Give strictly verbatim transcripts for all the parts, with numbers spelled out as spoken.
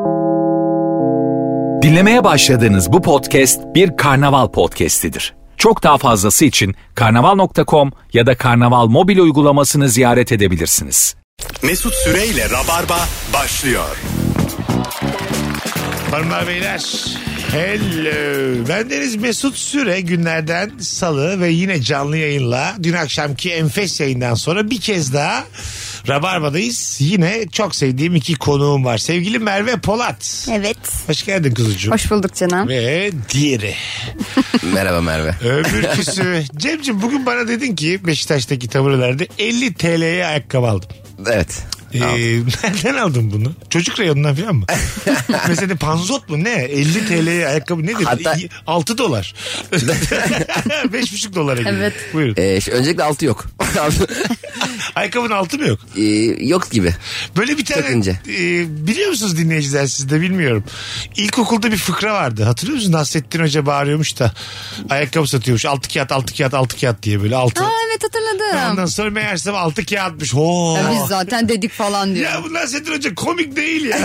Dinlemeye başladığınız bu podcast bir karnaval podcastidir. Çok daha fazlası için karnaval nokta com ya da karnaval mobil uygulamasını ziyaret edebilirsiniz. Mesut Süreyle Rabarba başlıyor. Hanımlar beyler, hello. Bendeniz Mesut Süre, günlerden salı ve yine canlı yayınla dün akşamki enfes yayından sonra bir kez daha Rabarba'dayız. Yine çok sevdiğim iki konuğum var. Sevgili Merve Polat. Evet. Hoş geldin kuzucuğum. Hoş bulduk canım. Ve diğeri. Merhaba Merve. Öbürküsü. Cemciğim, bugün bana dedin ki Beşiktaş'taki taburelerde elli T L'ye ayakkabı aldım. Evet. Ee, nereden aldın bunu? Çocuk reyonundan falan mı? Mesela panzot mu ne? elli T L'ye ayakkabı nedir? Hatta... altı dolar. beş buçuk dolara geliyor. Evet. Buyurun. Ee, işte öncelikle altı yok. Ayakkabının altı mı yok? Ee, yok gibi. Böyle bir tane Çok e, biliyor musunuz dinleyiciler, siz de bilmiyorum. İlkokulda bir fıkra vardı. Hatırlıyor musun? Nasrettin Hoca bağırıyormuş da ayakkabı satıyormuş. Altı kağıt, altı kağıt, altı kağıt diye böyle altı. Aa, evet hatırladım. Ondan sonra meğersem altı kağıtmış. Oo. Ya biz zaten dedik falan diyor. Ya bu Nasrettin Hoca komik değil ya.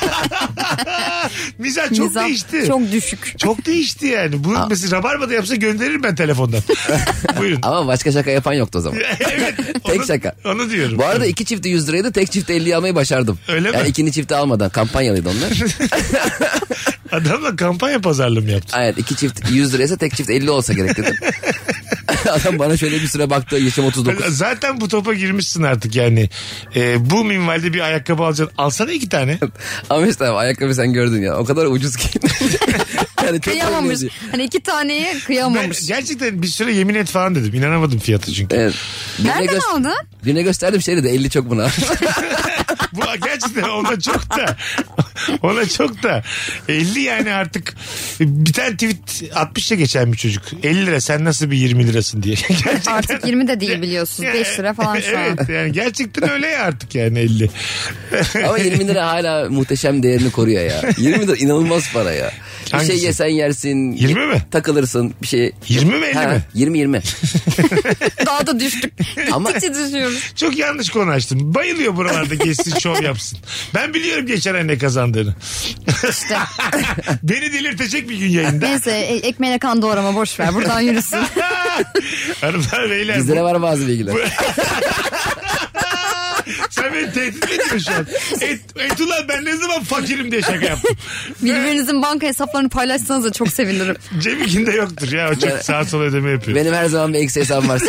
Mizah çok Mizah değişti. çok düşük. Çok değişti yani. Bu mesela Rabarba'da yapsa gönderirim ben telefondan. Buyurun. Ama başka şaka yapan yoktu o zaman. Evet. Tek onu, şaka. Onu diyorum. Bu arada iki çifti yüz liraydı, tek çifti elliye almayı başardım. Öyle mi? Yani ikinci çifti almadan kampanyalıydı onlar. Adamla kampanya pazarlığı mı yaptın? Evet, iki çift yüz liraysa tek çift elli olsa gerek dedim. Adam bana şöyle bir süre baktı, yaşım otuz dokuz. Zaten bu topa girmişsin artık yani. Ee, bu minvalde bir ayakkabı alacaksın. Alsana iki tane. Ama işte ayakkabı sen gördün ya, o kadar ucuz ki. Yani Kıyamamış. Hani iki taneye kıyamamış. Ben gerçekten bir süre yemin et falan dedim. İnanamadım fiyatı çünkü. Evet. Nereden gö- aldın? Birine gösterdim, şey dedi elli çok buna. Bu gerçekten ona çok da ona çok da elli yani artık. Bir tane tweet atmış ya geçen bir çocuk, elli lira sen nasıl bir yirmi lirasın diye. Gerçekten. Artık yirmi de değil biliyorsunuz. beş lira falan şu an. Evet yani gerçekten öyle ya artık yani elli. Ama yirmi lira hala muhteşem değerini koruyor ya. yirmi lira inanılmaz para ya. Bir Hangisi? şey yesen yersin. yirmi mi? Takılırsın bir şey. yirmi mi elli Ha, mi? yirmi yirmi. Daha da düştük. Ama- Gittikçe düşüyoruz. Çok yanlış konu açtım. Bayılıyor buralarda geçsin şov yapsın. Ben biliyorum geçen ay ne kazandığını. İşte. Beni delirtecek bir gün yayında. Neyse e- ekmeğine kan doğrama boş ver. Buradan yürüsün. Hanımlar beyler. Bizlere bu- var bazı bilgiler. Sen beni tehdit ediyorsun şu an. Et, et ulan ben ne zaman fakirim diye şaka yaptım. Birbirinizin banka hesaplarını paylaşsanız da çok sevinirim. Cemikinde yoktur ya. O çok sağa sola ödeme yapıyor. Benim her zaman bir eksi hesabım var.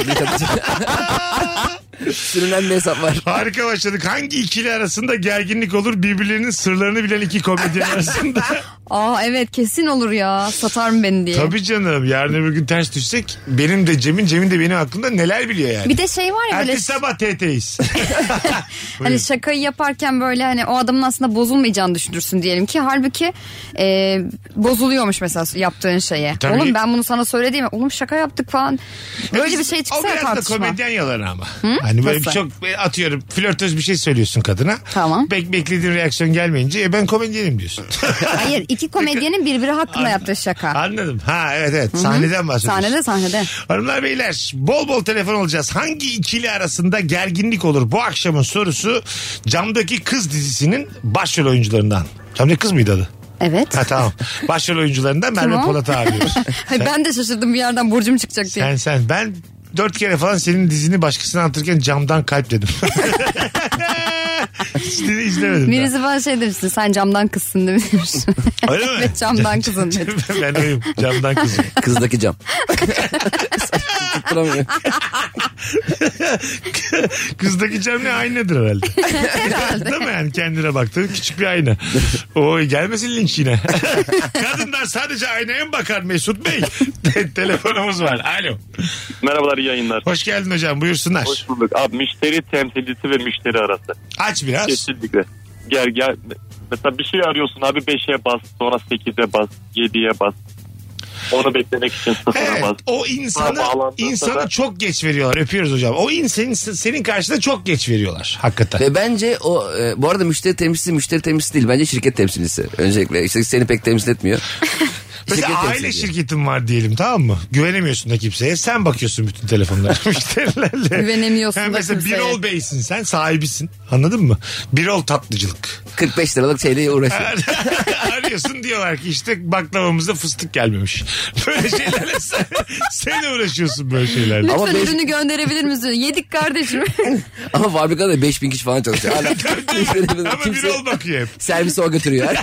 Sürünen bir hesap var. Harika başladık. Hangi ikili arasında gerginlik olur? Birbirlerinin sırlarını bilen iki komedyen arasında. Aa evet kesin olur ya. Satar mı beni diye. Tabii canım. Yarın öbür gün ters düşsek benim de Cem'in Cem'in de benim hakkında neler biliyor yani. Bir de şey var ya böyle Ertesi sabah T T'yiz. hani şakayı yaparken böyle hani o adamın aslında bozulmayacağını düşünürsün diyelim ki. Halbuki e, bozuluyormuş mesela yaptığın şeye. Tabii. Oğlum ben bunu sana söylediğim oğlum şaka yaptık falan. Böyle bir şey O çıksa ya biraz da tartışma. komedyen yalanı ama. Hani böyle Nasıl? çok atıyorum flörtöz bir şey söylüyorsun kadına. Tamam. Bek beklediğin reaksiyon gelmeyince e, ben komedyenim diyorsun. Hayır iki komedyenin birbiri hakkında yaptığı şaka. Anladım. Ha evet evet. Sahneden bahsediyorsun. Sahnede sahnede. Hanımlar beyler bol bol telefon alacağız. Hangi ikili arasında gerginlik olur? Bu akşamın sorusu Camdaki Kız dizisinin başrol oyuncularından. Camdaki Kız mıydı adı? Evet. Ha tamam. Başrol oyuncularından Merve o? Polat'ı arıyoruz. Hayır, ben de şaşırdım bir yerden burcum çıkacak diye. Sen sen. Ben dört kere falan senin dizini başkasına anlatırken camdan kalp dedim. Hiç izlemedim. Birisi bana şey demişti sen camdan kızsın demiştin. Öyle mi? Evet camdan kızın dedim. Ben oyum. Camdan kızım. Kızdaki cam. Tutturamıyor. Kızdaki cam ne? Aynadır herhalde. Herhalde. Değil mi yani? Kendine baktığın küçük bir ayna. Oy gelmesin linç yine. Kadınlar sadece aynaya mı bakar Mesut Bey? Telefonumuz var. Alo. Merhabalar, iyi yayınlar. Hoş geldin hocam, buyursunlar. Hoş bulduk. Abi müşteri temsilcisi ve müşteri arası. Aç biraz. Kesinlikle. Gel gel. Mesela bir şey arıyorsun abi, beşe bas, sonra sekize bas, yediye bas. Onu beklemek için sıfıra Evet, bas. o insanı bağlandığında insanı da- çok geç veriyorlar. Öpüyoruz hocam. O insanın senin karşında çok geç veriyorlar hakikaten. Ve bence o e, bu arada müşteri temsilcisi müşteri temsilcisi değil. Bence şirket temsilcisi. Öncelikle işte seni pek temsil etmiyor. Mesela Şirket aile temsil ediyor. şirketin var diyelim, tamam mı? Güvenemiyorsun da kimseye. Sen bakıyorsun bütün telefonlara müşterilerle. Güvenemiyorsun Yani da mesela kimseye. Birol Bey'sin sen, sahibisin. Anladın mı? Birol tatlıcılık. kırk beş liralık şeyle uğraşıyor. Arıyorsun, diyorlar ki işte baklavamızda fıstık gelmemiş. Böyle şeylerle sen, sen uğraşıyorsun böyle şeylerle. Lütfen Ama beş- ürünü gönderebilir misin? Yedik kardeşim. Ama fabrikada beş bin kişi falan çalışıyor. Hala Ama kimse Birol bakıyor hep. servisi o götürüyor.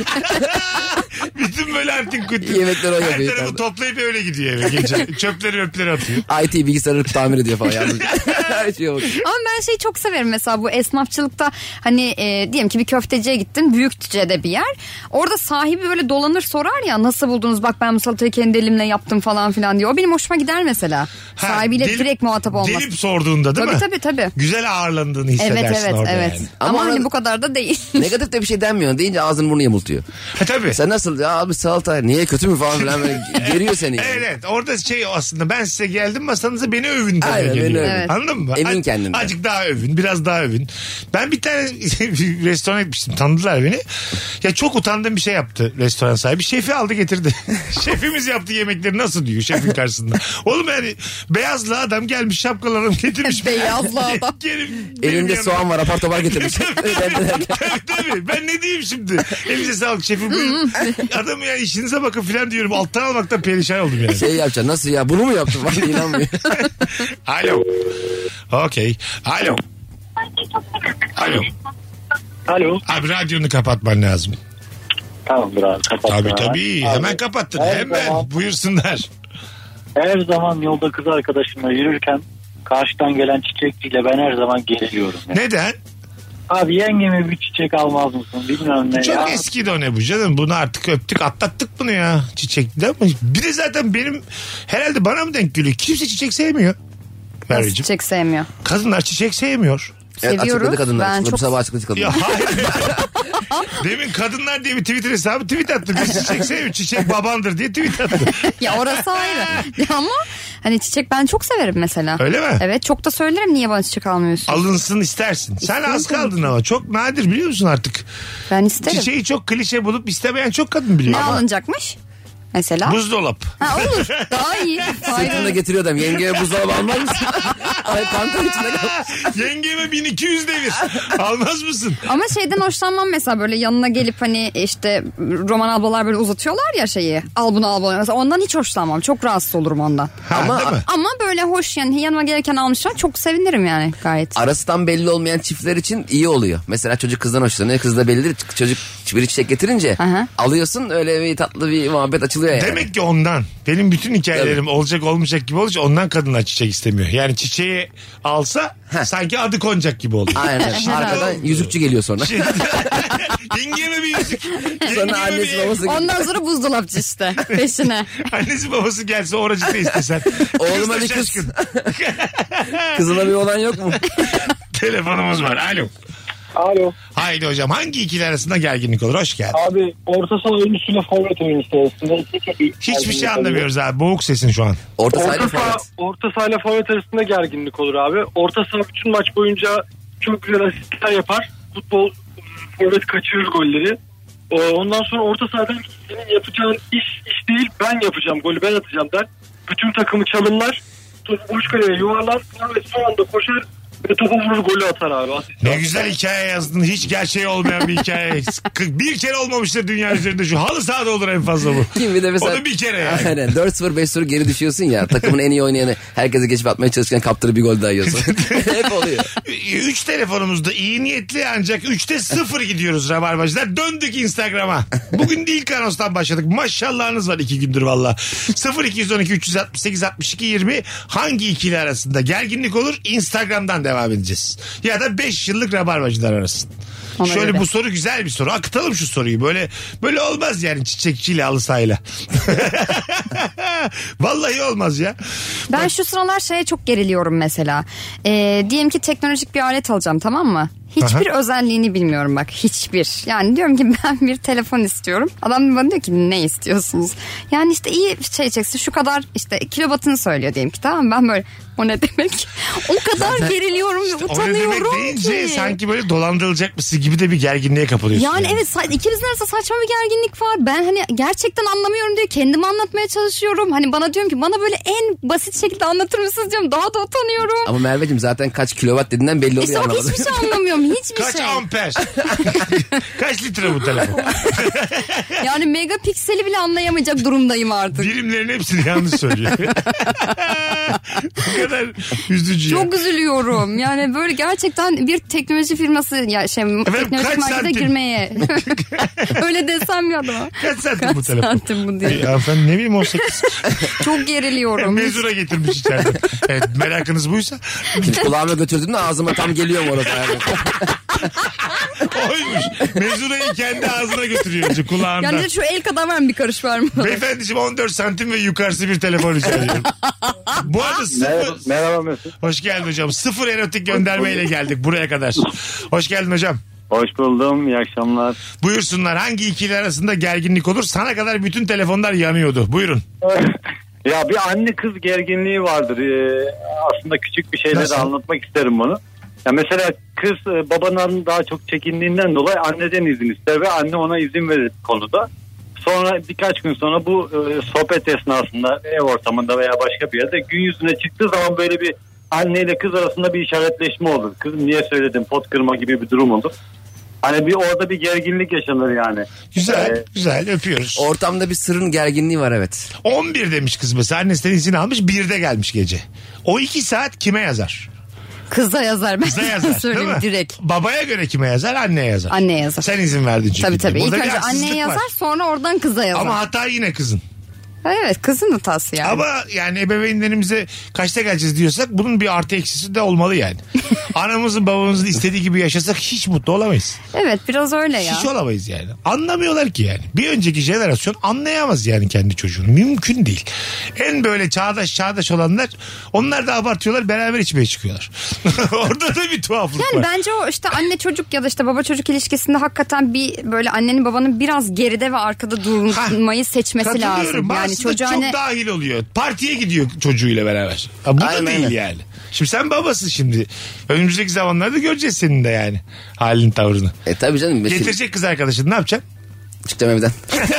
Bütün böyle artık kutu. Yemekleri o Her yapıyor. tarafı toplayıp öyle gidiyor eve gece. Çöpleri öpleri atıyor. I T bilgisayarı tamir ediyor falan. Yani. Her şeye bakıyor. Ama ben şeyi çok severim mesela bu esnafçılıkta, hani e, diyelim ki bir köfteciye gittin, büyükçede bir yer. Orada sahibi böyle dolanır sorar ya, nasıl buldunuz, bak ben bu salatayı kendi elimle yaptım falan filan diyor. O benim hoşuma gider mesela. Ha, Sahibiyle delip- direkt muhatap olmaz. Delip sorduğunda değil Tabii mi? tabii tabii. Güzel ağırlandığını hissedersin Evet evet orada evet. yani. Ama, Ama hani orada- bu kadar da değil. Negatif de bir şey denmiyor. Deyince ağzını burnunu yamultuyor. Ha, tabii. Sen nasıl ya abi salata niye kötü mü falan filan böyle geriyor seni. Yani. Evet, evet, orada şey aslında, ben size geldim masanıza beni övün demeye Aynen, beni geliyor. övün. Evet. Anladın mı? Emin Az- kendinden. Azıcık daha övün, biraz daha övün. Ben bir tane bir restoran gitmiştim, tanıdılar beni. Ya çok utandığım bir şey yaptı restoran sahibi. Şefi aldı getirdi. Şefimiz yaptı yemekleri, nasıl diyor şefin karşısında. Oğlum yani beyazlı adam gelmiş, şapkalarını getirmiş. Beyazlı adam. Gelip benim Elinde yanıma- soğan var, apar topar getirmiş. tabii, tabii. Ben ne diyeyim şimdi? Elinize sağlık şefim, buyurun. Adamı ya işinize bakın filan diyorum. Alttan almaktan perişan oldum yani. Şey yapacaksın, nasıl ya bunu mu yaptın falan inanmıyor. Alo. Okey. Alo. Alo. Alo. Abi radyonu kapatman lazım. Tamamdır abi, kapat. Tabii tabii. Abi, Hemen kapattın. her Hemen. zaman- Buyursunlar. Her zaman yolda kız arkadaşımla yürürken karşıdan gelen çiçekçiyle ben her zaman geriliyorum. Yani. Neden? Abi yengeme bir çiçek almaz mısın bilmiyorum ne Çok ya. eski de o ne bu canım. Bunu artık öptük, atlattık bunu ya. Çiçekli ama bir de zaten benim herhalde bana mı denk geliyor? Kimse çiçek sevmiyor. Nasıl Merveciğim. çiçek sevmiyor? Kadınlar çiçek sevmiyor. Evet, Seviyoruz. açıkladı kadınlar. Ben Açıkladı, çok- Bu sabah açıkladı kadınlar. Ya hayır. Demin kadınlar diye bir Twitter hesabı tweet attı. Biz çiçek sevmiyor. Çiçek babandır diye tweet attı. Ya orası ayrı. Ya ama hani çiçek ben çok severim mesela. Öyle mi? Evet, çok da söylerim niye bana çiçek almıyorsun. Alınsın istersin. Sen İsterim az tabii kaldın ki. ama. Çok nadir biliyor musun artık? Ben isterim. Çiçeği çok klişe bulup istemeyen çok kadın biliyor. Ne Ama alınacakmış? Mesela. buzdolap. Ha, olur. Daha iyi. Sırtında Faydalı. getiriyor adam. Yengeye buzdolabı almaz mısın? Ay pantolon içinde kalmış. Yengeme bin iki yüz devir. Almaz mısın? Ama şeyden hoşlanmam mesela, böyle yanına gelip hani işte roman ablalar böyle uzatıyorlar ya şeyi. Al bunu al bunu. Mesela ondan hiç hoşlanmam. Çok rahatsız olurum ondan. Ha, Ama- değil mi? Ama böyle hoş yani, yanıma gelirken almışlar, çok sevinirim yani gayet. Arası tam belli olmayan çiftler için iyi oluyor. Mesela çocuk kızdan hoşlanıyor. Kız da bellidir. Çocuk biri çiçek getirince Aha. alıyorsun, öyle bir tatlı bir muhabbet açılıyor yani. Demek ki ondan. Benim bütün hikayelerim olacak olmayacak gibi olunca ondan kadınlar çiçek istemiyor. Yani çiçeği alsa Heh. sanki adı konacak gibi oluyor. Aynen. Şimdi Arkadan oldu. yüzükçü geliyor sonra. Şimdi- Yengeme bir yüzük. Sonra Yengeme annesi bir- babası geliyor. Ondan sonra buzdolapçı işte peşine. Annesi babası gelse oracıkta istesen. Oğluma da bir kız. şaşkın. Kızına bir olan yok mu? Telefonumuz var. Alo. Alo. Haydi hocam, hangi ikili arasında gerginlik olur? Hoş geldin. Abi orta saha oyuncusuyla forvet oyuncusu arasında Hiçbir şey anlamıyoruz abi. Boğuk sesin şu an. Orta Orta sahayla saha, forvet. orta sahayla forvet arasında gerginlik olur abi. Orta saha bütün maç boyunca çok güzel asistler yapar. Futbol forvet kaçırır golleri. Ee, Ondan sonra orta sahadan senin yapacağın iş iş değil, ben yapacağım golü, ben atacağım der. Bütün takımı çalımlar. Topu boş kaleye yuvarlar. Forvet son anda koşar ve topu vurur, golü atar abi. Asist Ne atar. güzel hikaye yazdın. Hiç gerçeği olmayan bir hikaye. Bir kere olmamıştır dünya üzerinde şu. Halı sahada olur en fazla bu. Kim bir de mesela... O da bir kere yani. Aynen. dört sıfır beş sıfır geri düşüyorsun ya. Takımın en iyi oynayanı herkese geçip atmaya çalışırken kaptırıp bir gol daha yiyorsun. Hep oluyor. Üç telefonumuzda iyi niyetli ancak üçte sıfır gidiyoruz Rabarbacılar. Döndük Instagram'a. Bugün değil Kanos'tan başladık. Maşallahınız var iki gündür valla. sıfır iki on iki üç altı sekiz altmış iki yirmi hangi ikili arasında gerginlik olur? Instagram'dan devam edeceğiz. Ya da beş yıllık Rabarbacılar arasın. Ona Şöyle göre. bu soru güzel bir soru. Akıtalım şu soruyu. Böyle böyle olmaz yani çiçekçiyle halı sahayla. Vallahi olmaz ya. Ben şu sıralar şeye çok geriliyorum mesela. Ee, diyelim ki teknolojik bir alet alacağım, tamam mı? Hiçbir Aha. özelliğini bilmiyorum bak, hiçbir. Yani diyorum ki ben bir telefon istiyorum. Adam bana diyor ki ne istiyorsunuz? Yani işte iyi şey çeksin, şu kadar işte kilobatını söylüyor diyelim ki, tamam, ben böyle o ne demek? O kadar zaten geriliyorum ve utanıyorum ki. O ne demek deyince ki. sanki böyle dolandırılacakmışsın gibi de bir gerginliğe kapılıyorsun. Yani, yani. evet, ikimizin arasında saçma bir gerginlik var. Ben hani gerçekten anlamıyorum diyor. Kendimi anlatmaya çalışıyorum. Hani bana diyorum ki bana böyle en basit şekilde anlatır mısınız diyorum. Daha da utanıyorum. Ama Merveciğim zaten kaç kilowatt dediğinden belli oluyor. İşte bak, hiçbir şey anlamıyorum. Hiçbir kaç şey. Kaç amper? Kaç litre bu telefon? Yani megapikseli bile anlayamayacak durumdayım artık. Birimlerin hepsini yanlış söylüyor. Bu kadar üzücü. Çok ya. Üzülüyorum. Yani böyle gerçekten bir teknoloji firması ya şey Efendim, teknoloji markete girmeye. Öyle desem ya da. Kaç santim kaç bu telefon? Kaç santim bu diye. Ya efendim ne bileyim on sekiz. Çok geriliyorum. Mezura getirmiş içeride. Evet, merakınız buysa. Hiç kulağıma götürdüm de ağzıma tam geliyor orada. Yani. Oymuş. Mezurayı kendi ağzına götürüyor önce kulağından. Yani şu el kadar var mı, bir karış var mı? Beyefendiciğim on dört santim ve yukarısı bir telefon rica ediyorum. Bu arada sıfır... Merhaba, merhaba Mesut. Hoş geldin hocam. Sıfır erotik göndermeyle geldik buraya kadar. Hoş geldin hocam. Hoş buldum. İyi akşamlar. Buyursunlar. Hangi ikili arasında gerginlik olur? Sana kadar bütün telefonlar yanıyordu. Buyurun. Ya bir anne kız gerginliği vardır. Ee, aslında küçük bir şeyle de anlatmak isterim bunu. Ya mesela kız babanın daha çok çekindiğinden dolayı anneden izin ister ve anne ona izin verir konuda. Sonra birkaç gün sonra bu e, sohbet esnasında ev ortamında veya başka bir yerde gün yüzüne çıktığı zaman böyle bir anneyle kız arasında bir işaretleşme olur. Kızım niye söyledin, pot kırma gibi bir durum olur. Hani bir orada bir gerginlik yaşanır yani. Güzel ee, güzel öpüyoruz. Ortamda bir sırrın gerginliği var, evet. on bir demiş kız mesela, annesinden izin almış, birde gelmiş gece. O iki saat kime yazar? Kıza yazar. Ben Kıza yazar söyleyeyim direkt. Babaya göre kime yazar? Anneye yazar. Anneye yazar. Sen izin verdin çünkü. Tabii tabii. Burada İlk önce anneye yazar var. Sonra oradan kıza yazar. Ama hata yine kızın. Evet, kızın hatası yani. Ama yani ebeveynlerimize kaçta geleceğiz diyorsak bunun bir artı eksisi de olmalı yani. Anamızın babamızın istediği gibi yaşasak hiç mutlu olamayız. Evet, biraz öyle ya. Hiç olamayız yani. Anlamıyorlar ki yani. Bir önceki jenerasyon anlayamaz yani kendi çocuğunu. Mümkün değil. En böyle çağdaş çağdaş olanlar, onlar da abartıyorlar, beraber içmeye çıkıyorlar. Orada da bir tuhaflık yani var. bence o işte anne çocuk ya da işte baba çocuk ilişkisinde hakikaten bir böyle annenin babanın biraz geride ve arkada durmayı seçmesi lazım. Yani çocuğa çok ne... dahil oluyor. Partiye gidiyor çocuğuyla beraber. Ha, bu aynen, da değil aynen. yani. Şimdi sen babasın şimdi. Önümüzdeki zamanlarda göreceğiz senin de yani. Halin, tavrını. E tabii canım. Getirecek kız arkadaşını, ne yapacaksın? Çıkacağım evden.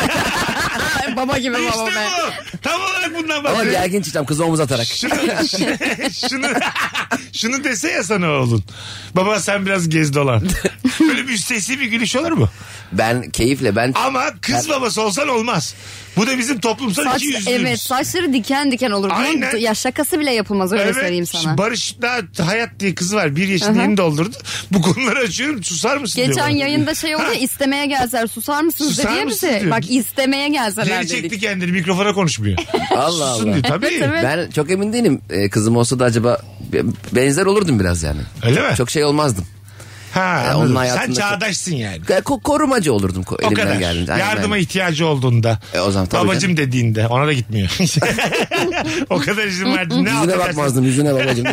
Baba gibi baba İşte be. bu. Tam olarak bundan Ama bahsediyorum. gergin çıkacağım, kızı omuz atarak. Şunu, şunu, şunu dese ya sana oğlun. Baba sen biraz gez dolan. Böyle bir üstesi bir gülüş olur mu? Ben keyifle ben... Ama kız ben... babası olsan olmaz. Bu da bizim toplumsal Saç, iki yüzlülüğümüz. evet, saçları diken diken olur. Aynen. Bunun, ya şakası bile yapılmaz, öyle evet, söyleyeyim sana. Barış daha Hayat diye kızı var. Bir yaşını yeni doldurdu. Bu konuları açıyorum. Susar mısın? Geçen diyor yayında şey oldu ya, istemeye gelseler susar mısınız Susar diye mısınız bize. diyor. Bak istemeye gelseler Geri dedik. çekti kendini, mikrofona konuşmuyor. Allah Susun Allah. diyor. Tabii. Evet, evet. Ben çok emin değilim. Ee, kızım olsa da acaba benzer olurdum biraz yani. Öyle mi? Çok şey olmazdım. Ha, Ee, onun Sen hayatında çağdaşsın yani. Ko- korumacı olurdum ko- O elimden kadar. geldiğince. Aynen, Yardıma aynen. ihtiyacı olduğunda. E, o zaman tabii babacım canım. dediğinde ona da gitmiyor. O kadar izin verdin. Ne Yüzüne yapacaksın? bakmazdım, yüzüne babacığım.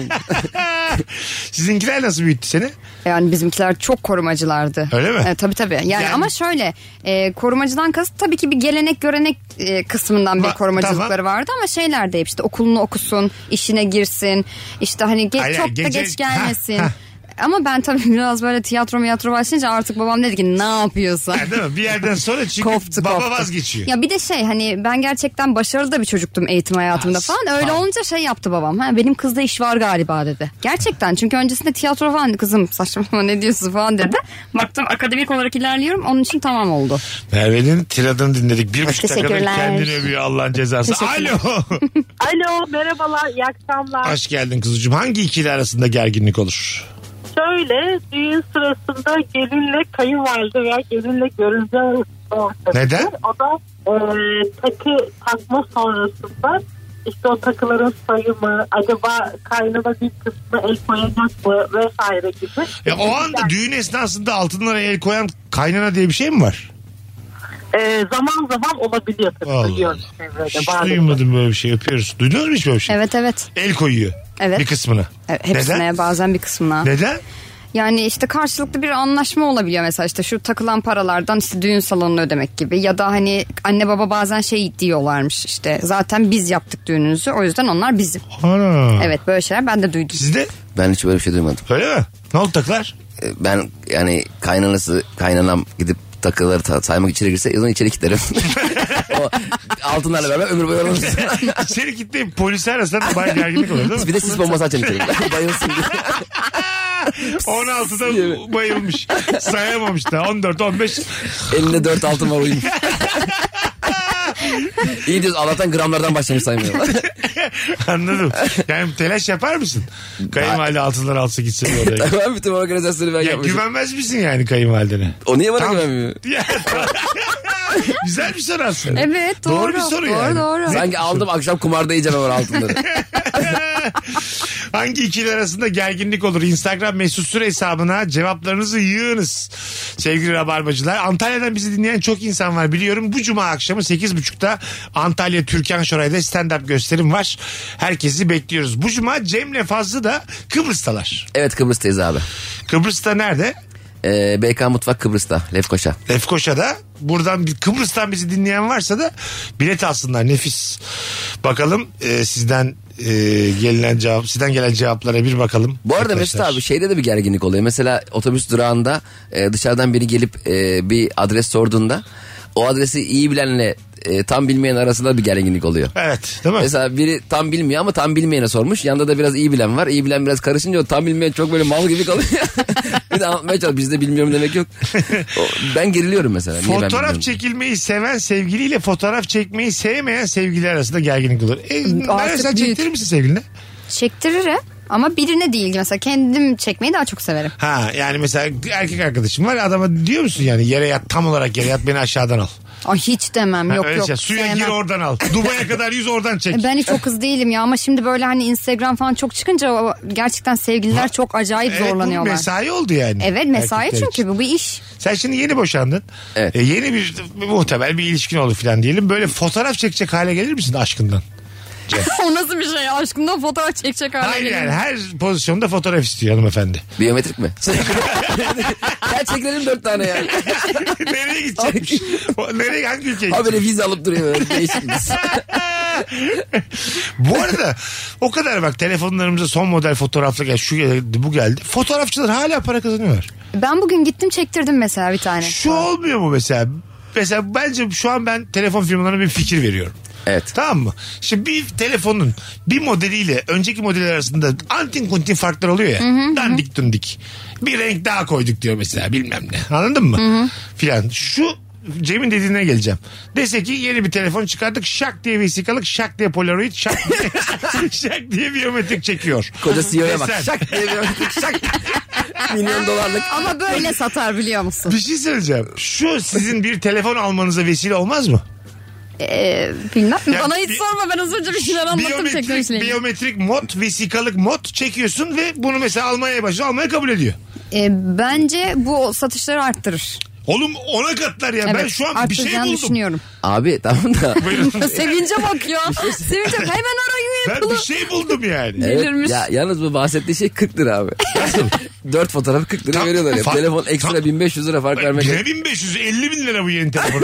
Sizinkiler nasıl büyüttü seni? Yani bizimkiler çok korumacılardı. Öyle mi? Evet, tabii tabii. Yani, Yani- ama şöyle e, korumacıdan kasıt tabii ki bir gelenek görenek e, kısmından bir Va- korumacılıkları tamam. vardı ama şeyler de hep işte okulunu okusun, işine girsin, işte hani ge- Hayır, çok da gece- geç gelmesin. Ha, ha. Ama ben tabii biraz böyle tiyatro miyatro başlayınca artık babam dedi ki ne yapıyorsun? Ha, değil mi? Bir yerden sonra çünkü Koptu, baba koptu. vazgeçiyor. Ya bir de şey hani ben gerçekten başarılı da bir çocuktum eğitim hayatımda Ha, falan. Öyle tamam. olunca şey yaptı babam. Ha, benim kızda iş var galiba dedi. Gerçekten çünkü öncesinde tiyatro falan kızım saçmalama ne diyorsun falan dedi. Baktım akademik olarak ilerliyorum, onun için tamam oldu. Merve'nin tiradını dinledik. Bir buçuk dakikada Teşekkürler. kendini övüyor, Allah'ın cezası. Teşekkürler. Alo. Alo, merhabalar, iyi akşamlar. Hoş geldin kuzucuğum. Hangi ikili arasında gerginlik olur? Şöyle, düğün sırasında gelinle kayınvalide veya gelinle görümce ortada. Neden? O da e, takı takma sonrasında işte o takıların sayımı, acaba kaynana bir kısmı el koyacak mı vesaire gibi. Ya o anda düğün esnasında altınlara el koyan kaynana diye bir şey mi var? E, zaman zaman olabiliyor tabii. Allah Duyuyorum Allah. çevrede, Hiç bazen. duymadım böyle bir şey. Öpüyoruz. Duydunuz mu hiç böyle bir şey? Evet evet. El koyuyor. Evet. Bir kısmına. Evet, hepsine Neden? bazen bir kısmına. Neden? Yani işte karşılıklı bir anlaşma olabiliyor mesela işte şu takılan paralardan işte düğün salonunu ödemek gibi ya da hani anne baba bazen şey diyorlarmış işte zaten biz yaptık düğününüzü o yüzden onlar bizim. Ana. Evet böyle şeyler ben de duydum. Sizde? Ben hiç böyle bir şey duymadım. Öyle mi? Ne oldu takılar? Ben yani kaynanası kaynanam gidip takıları ta- saymak içeri girse o zaman içeri kilitlerim. O altınlarla beraber ömür boyu oluruz. İçeri kitleyip polisi arasan bayağı gerginlik olur değil mi? Bir de sis bombası açalım içeri. Bayılsın diye. on altıda bayılmış. Sayamamış da on dört on beş. Elinde dört altın var uyumuş. İyi diyoruz Allah'tan gramlardan başlamış saymıyor. Anladım. Yani telaş yapar mısın? Kayınvalide altınlar alsa gitsin oraya. Ben bütün organizasyonu ben Ya yapmışım. güvenmez misin yani kayınvalidene? O niye bana Tam- güvenmiyor? Ya, güzel bir soru aslında. Evet, doğru. Doğru bir soru Doğru, yani. doğru. Sanki aldım akşam kumarda yiyeceğim hemen altınları. Hangi ikili arasında gerginlik olur? Instagram mesut süre hesabına cevaplarınızı yığınız. Sevgili Rabarbacılar. Antalya'dan bizi dinleyen çok insan var biliyorum. Bu cuma akşamı sekiz buçukta Antalya Türkan Şoray'da stand-up gösterim var. Herkesi bekliyoruz. Bu cuma Cem'le Fazlı da Kıbrıs'talar. Evet Kıbrıs'tayız abi. Kıbrıs'ta nerede? Ee, B K Mutfak Kıbrıs'ta Lefkoşa. Lefkoşa'da. Buradan bir Kıbrıs'tan bizi dinleyen varsa da bilet alsınlar. Nefis. Bakalım e, sizden e, gelen cevap, sizden gelen cevaplara bir bakalım. Bu arada arkadaşlar. Mesut abi şeyde de bir gerginlik oluyor. Mesela otobüs durağında e, dışarıdan biri gelip e, bir adres sorduğunda o adresi iyi bilenle e, tam bilmeyen arasında bir gerginlik oluyor. Evet değil mi? Mesela biri tam bilmiyor ama tam bilmeyene sormuş. Yanında da biraz iyi bilen var. İyi bilen biraz karışınca o tam bilmeyen çok böyle mal gibi kalıyor. Bir de anlatmaya çalış. Bizde bilmiyorum demek yok. O, ben geriliyorum mesela. Niye ben Fotoğraf bilmiyorum? çekilmeyi seven sevgiliyle fotoğraf çekmeyi sevmeyen sevgililer arasında gerginlik olur. E, Merve sen büyük. çektirir misin sevgiline? Çektiririm ama birine değil mesela kendim çekmeyi daha çok severim. Ha yani mesela erkek arkadaşım var adama diyor musun yani yere yat tam olarak yere yat beni aşağıdan al. Ay hiç demem Ha, yok öyle yok. şey, suya sevmem. gir oradan al. Dubai'ye kadar yüz oradan çek. Ben hiç o kız değilim ya ama şimdi böyle hani Instagram falan çok çıkınca o gerçekten sevgililer çok acayip Evet, bu zorlanıyorlar. mesai oldu yani. Evet mesai Erkekler çünkü için. bu bir iş. Sen şimdi yeni boşandın. Evet. E, yeni bir muhtemel bir ilişkin oldu falan diyelim. Böyle fotoğraf çekecek hale gelir misin aşkından? O nasıl bir şey aşkımdan fotoğraf çekecek hale Hayır geliyor. yani her pozisyonda fotoğraf istiyor hanımefendi. Biyometrik mi? Gel çekelim dört tane yani. Nereye gidecekmiş? O, nereye hangi ülkeye gidecek? Abi böyle vize alıp duruyor böyle değişik bir şey. Bu arada o kadar bak telefonlarımıza son model fotoğrafla gel şu geldi bu geldi. Fotoğrafçılar hala para kazanıyorlar. Ben bugün gittim çektirdim mesela bir tane. Şu olmuyor mu mesela? Mesela bence şu an ben telefon firmalarına bir fikir veriyorum. Evet. Tamam mı? Şimdi bir telefonun bir modeliyle önceki modeller arasında antin kuntin farklar oluyor ya. Dandik dundik. Bir renk daha koyduk diyor mesela bilmem ne. Anladın mı? Filan. Şu Cem'in dediğine geleceğim. Dese ki yeni bir telefon çıkardık şak diye vesikalık şak diye polaroid şak diye, şak diye biyometrik çekiyor. Koca C E O'ya bak. Desen. Şak diye bir şak. Milyon dolarlık. Ama böyle satar biliyor musun? Bir şey söyleyeceğim. Şu sizin bir telefon almanıza vesile olmaz mı? Ee, bilmem. Ya Bana hiç bir- sorma ben az önce bir şeyler anlattım Biyometrik, teknolojiyle ilgili. biyometrik mod, vesikalık mod çekiyorsun ve bunu mesela almaya başlıyor. Almaya kabul ediyor. Ee, bence bu satışları arttırır. Oğlum ona katlar ya. Evet, Ben şu an bir şey arttıracağını buldum. düşünüyorum. Abi tamam da. Buyurun. Sevince bak ya. Sevince hemen arayın Ben yapılı. bir şey buldum yani. Evet, Delirmiş. ya, yalnız bu bahsettiği şey kırk lira abi. Dört fotoğrafı kırk lira Tam- veriyorlar ya. fa- Telefon ekstra tam- bin beş yüz lira fark vermek. Ne bin beş yüz elli bin lira bu yeni telefon.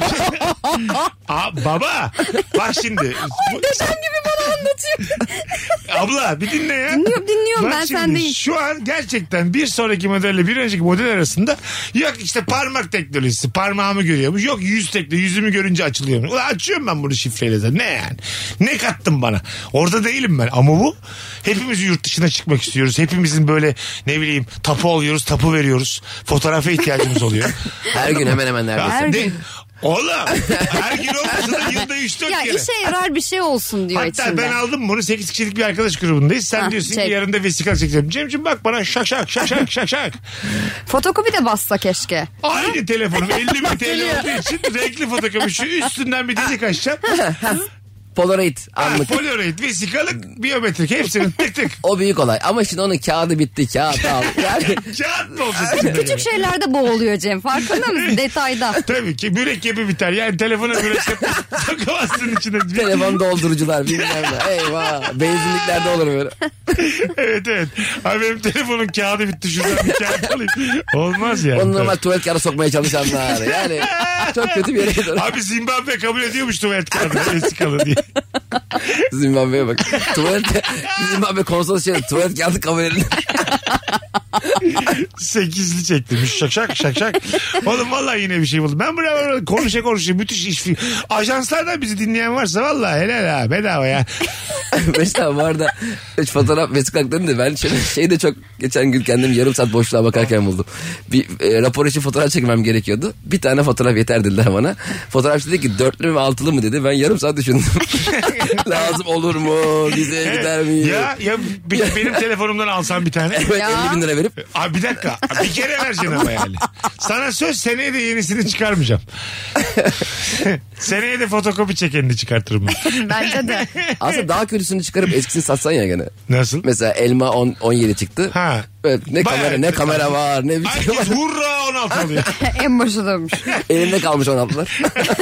Aa, baba bak şimdi. Bu- Dedem gibi bana anlatıyor. Abla bir dinle ya. Dinliyorum, dinliyorum. Bak Ben şimdi, sendeyim. Şu an gerçekten bir sonraki modelle bir önceki model arasında yok işte parmak teknolojisi parmağımı görüyormuş. Yok yüz teknolojisi yüzümü görünce açılıyormuş. Ulan açıyorum ben bunu şifreyle de. Ne yani? Ne kattın bana? Orada değilim ben. Ama bu hepimiz yurt dışına çıkmak istiyoruz. Hepimizin böyle ne bileyim tapu alıyoruz tapu veriyoruz. Fotoğrafa ihtiyacımız oluyor. Her gün hemen hemen neredeyse. Her De- gün. Oğlum her gün olmasa da yılda üç dört Ya kere. işe yarar bir şey olsun diyor Hatta içinde. ben aldım bunu sekiz kişilik bir arkadaş grubundayız. Sen Hah, diyorsun çek. ki yarın da vesikalık çekeceğim. Cemciğim bak bana şak şak şak şak şak şak. Fotokopi de bassa keşke. Aynı telefonum elli bin T L olduğu için renkli fotokopi şu üstünden bir delik açacağım. Polaroid Ha, anlık. Polaroid, vesikalık, biyometrik hepsinin tık tık. O büyük olay. Ama şimdi onun kağıdı bitti. Kağıt al. Yani Kağıt mı olsun sizin de? Küçük şeylerde boğuluyor Cem. Farkında mısın? Detayda. Tabii ki mürekkebi biter. Yani telefona mürekkep sokamazsın içine. telefon doldurucular bilmem ne. Eyvah. Benzinliklerde olur böyle. Evet evet. Abi benim telefonun kağıdı bitti. Şuradan bir kağıt alayım. Olmaz yani. Onu normal tuvalet kağıdı sokmaya çalışanlar. Yani çok kötü bir yere gidiyor. Abi Zimbabwe kabul ediyormuş tuvalet kağıdı. Vesikalı diye. Zimbabwe'ye bak. Tuvalette Zimbabwe konsol şey tuvalet kağıdı kabul edildi. Sekizli çektim. Şak şak şak şak. Oğlum vallahi yine bir şey buldum. Ben buraya konuşa konuşa müthiş iş. Ajanslardan bizi dinleyen varsa vallahi helal ha. Bedava ya. Mesela bu arada hiç fotoğraf vesikalıklarını da ben şöyle şey de çok geçen gün kendimi yarım saat boşluğa bakarken buldum. Bir e, rapor için fotoğraf çekmem gerekiyordu. Bir tane fotoğraf yeter dediler bana. Fotoğrafçı dedi ki dörtlü mü altılı mı dedi. Ben yarım saat düşündüm. Lazım olur mu? Bize gider mi? Ya, ya bir, benim telefonumdan alsam bir tane. Evet Ya. elli bin lira verip. Abi bir dakika. Bir kere vereceksin ama yani. Sana söz seneye de yenisini çıkarmayacağım. Seneye de fotokopi çekenini çıkartırım ben. Bence de. Aslında daha kötüsünü çıkarıp eskisini satsan ya gene. Nasıl? Mesela elma on, on yedi çıktı. Ha. Evet, ne Bayağı kamera ne kötü. kamera var ne bir şey var. Herkes hurra on altı alıyor. En başa dönmüş. Elimde kalmış on altılar.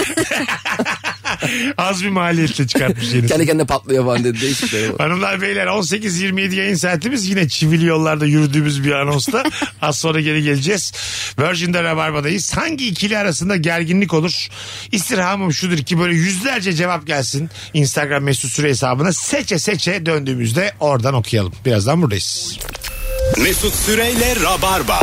Az bir maliyetle çıkartmış yenisini. Kendi kendine patlıyor falan dedi. Değişik şey var. Hanımlar beyler on sekiz yirmi yedi yayın saatimiz yine çivili yollarda yürüdüğümüz bir anonsta. Az sonra geri geleceğiz. Virgin'de Rabarba'dayız. Hangi ikili arasında gerginlik olur? İstirhamım şudur ki böyle yüzlerce cevap gelsin Instagram mesut süre hesabına. Seçe seçe döndüğümüzde oradan okuyalım. Birazdan buradayız. Mesut Süreyle Rabarba.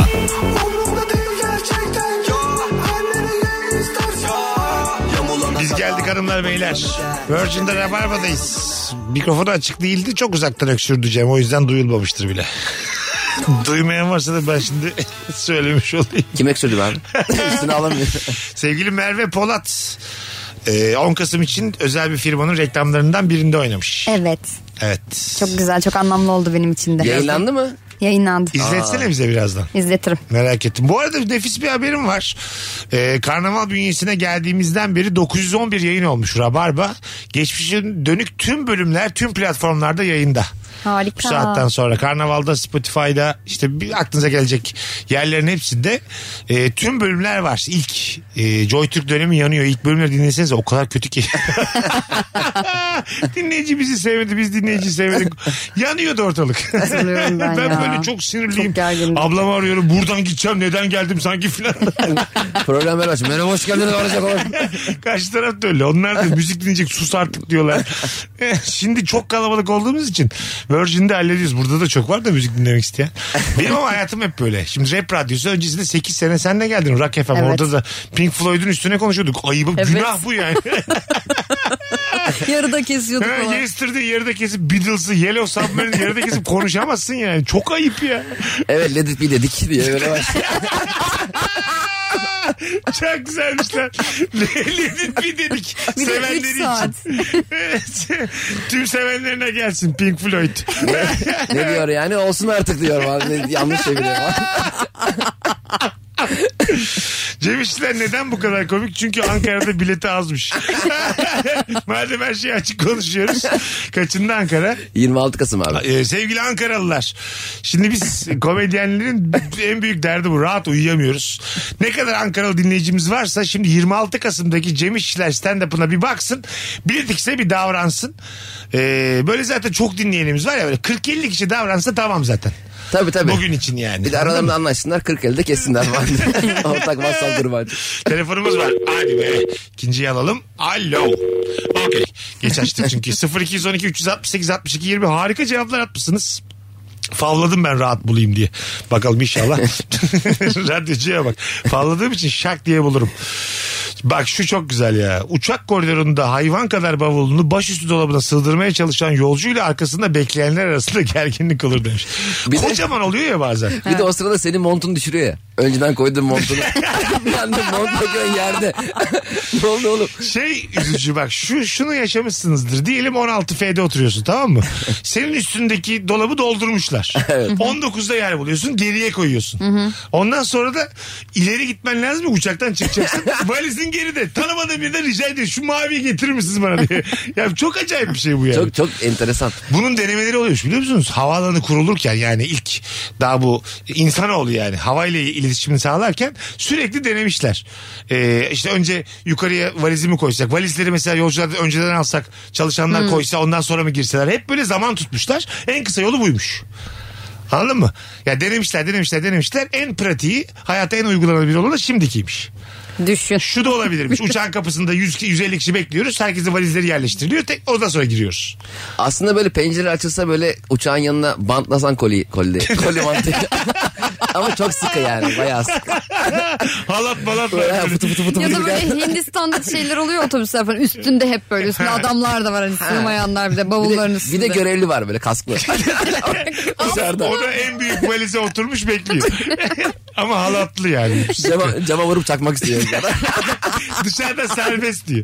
Biz geldik hanımlar beyler. Virgin'de Rabarba'dayız. Mikrofonu açık değildi. Çok uzaktan öksürdücem. O yüzden duyulmamıştır bile. Duymayan varsa da ben şimdi söylemiş olayım. Kim öksürdü abi? Üstüne alamıyor. Sevgili Merve Polat on Kasım için özel bir firmanın reklamlarından birinde oynamış. Evet. Evet. Çok güzel, çok anlamlı oldu benim için de. Yayınlandı mı? Yayınlandı. İzletsene bize birazdan. İzletirim. Merak ettim. Bu arada nefis bir haberim var. Ee, Karnaval bünyesine geldiğimizden beri dokuz yüz on bir yayın olmuş Rabarba. Geçmişe dönük tüm bölümler tüm platformlarda yayında. Harika. Bu saatten sonra Karnaval'da, Spotify'da işte bir aklınıza gelecek yerlerin hepsinde e, tüm bölümler var. İlk e, JoyTürk dönemi yanıyor. İlk bölümleri dinlesenize o kadar kötü ki. Dinleyici bizi sevmedi, biz dinleyici sevmedik. Yanıyordu ortalık. Hatırlıyorum ben, ben ya. böyle çok sinirliyim. Çok gergindim. Ablamı arıyorum, buradan gideceğim, neden geldim sanki filan. Program ver aç. Merhaba hoş geldiniz. Olacak olur. Karşı taraf da öyle. Onlar da müzik dinleyecek, sus artık diyorlar. Şimdi çok kalabalık olduğumuz için Virgin'de hallediyoruz. Burada da çok var da müzik dinlemek isteyen. Benim ama hayatım hep böyle. Şimdi rap radyosu öncesinde sekiz sene sen de geldin. Rock F M. Evet. Orada da Pink Floyd'un üstüne konuşuyorduk. Ayıbı Evet. günah bu yani. Yarıda kesiyorduk Ha, falan. Yesterday yarıda kesip Beatles'ı, Yellow Submarine yarıda kesip konuşamazsın yani. Çok ayıp ya. Evet Let It Be dedik diye böyle başlıyor. Çok güzelmişler. Lelit bir dedik. Bir de Sevenleri üç saat. için. Evet. Tüm sevenlerine gelsin Pink Floyd. Ne diyor yani olsun artık diyor. Vallahi yanlış çeviriyor. Cem İşçiler neden bu kadar komik? Çünkü Ankara'da bileti azmış. Madem her şeyi açık konuşuyoruz. Kaçında Ankara? yirmi altı Kasım abi. Ee, sevgili Ankaralılar. Şimdi biz komedyenlerin en büyük derdi bu. Rahat uyuyamıyoruz. Ne kadar Ankaralı dinleyicimiz varsa şimdi yirmi altı Kasım'daki Cem İşçiler stand-up'ına bir baksın. Bilet X'e bir davransın. Ee, böyle zaten çok dinleyenimiz var ya. Böyle kırk elli kişi davransa tamam zaten. Tabii tabii. Bugün için yani. Bir de aralarında anlaşsınlar kırk elde kessinler falan. Ortak WhatsApp grubu açık. Telefonumuz var. Hadi be. İkinciyi alalım. Alo. Okey. Geç açtık çünkü. sıfır iki on iki üç altı sekiz altmış iki yirmi harika cevaplar atmışsınız. Favladım ben rahat bulayım diye. Bakalım inşallah. Radyocuya bak. Favladığım için şak diye bulurum. Bak şu çok güzel ya. Uçak koridorunda hayvan kadar bavulunu başüstü dolabına sığdırmaya çalışan yolcuyla arkasında bekleyenler arasında gerginlik olur demiş. Bir de- Kocaman oluyor ya bazen. Bir de o sırada senin montunu düşürüyor ya. Önceden koyduğun montunu. Ben de mont bakıyorum yerde. Ne oldu oğlum? Şey üzücü bak şu şunu yaşamışsınızdır. Diyelim on altı F'de oturuyorsun tamam mı? Senin üstündeki dolabı doldurmuşlar. Evet. on dokuzda yer buluyorsun geriye koyuyorsun. Ondan sonra da ileri gitmen lazım mı uçaktan çıkacaksın. Valizin Kadın geride. Tanımadığım birden rica ediyor. Şu maviyi getirir misiniz bana diye. Ya çok acayip bir şey bu yani. Çok çok enteresan. Bunun denemeleri oluyor biliyor musunuz? Havaalanı kurulurken yani ilk daha bu insanoğlu yani havayla iletişimini sağlarken sürekli denemişler. Ee, işte önce yukarıya valizimi koysak, valizleri mesela yolculardan önceden alsak, çalışanlar hmm. koysa ondan sonra mı girseler, hep böyle zaman tutmuşlar. En kısa yolu buymuş. Anladın mı? Ya denemişler, denemişler, denemişler. En pratiği, hayata en uygulanabilir olan da şimdikiymiş. Düşün. Şu da olabilirmiş. Uçağın kapısında yüz yüz elli kişi bekliyoruz. Herkesin valizleri yerleştiriliyor. Tek ondan sonra giriyoruz. Aslında böyle pencere açılsa böyle uçağın yanına bantlasan koli koli koli mantığı. Ama çok sıkı yani, bayağı sıkı. Halat malat var. Fıtı fıtı fıtı ya da böyle Hindistan'da şeyler oluyor otobüsler falan. Üstünde hep böyle. Üstünde adamlar da var. Hani sığmayanlar bir de bavulların üstünde. Bir de görevli var böyle kasklı. O da en büyük valize oturmuş bekliyor. Ama halatlı yani. Cama, cama vurup çakmak istiyor. Dışarıda serbest diyor.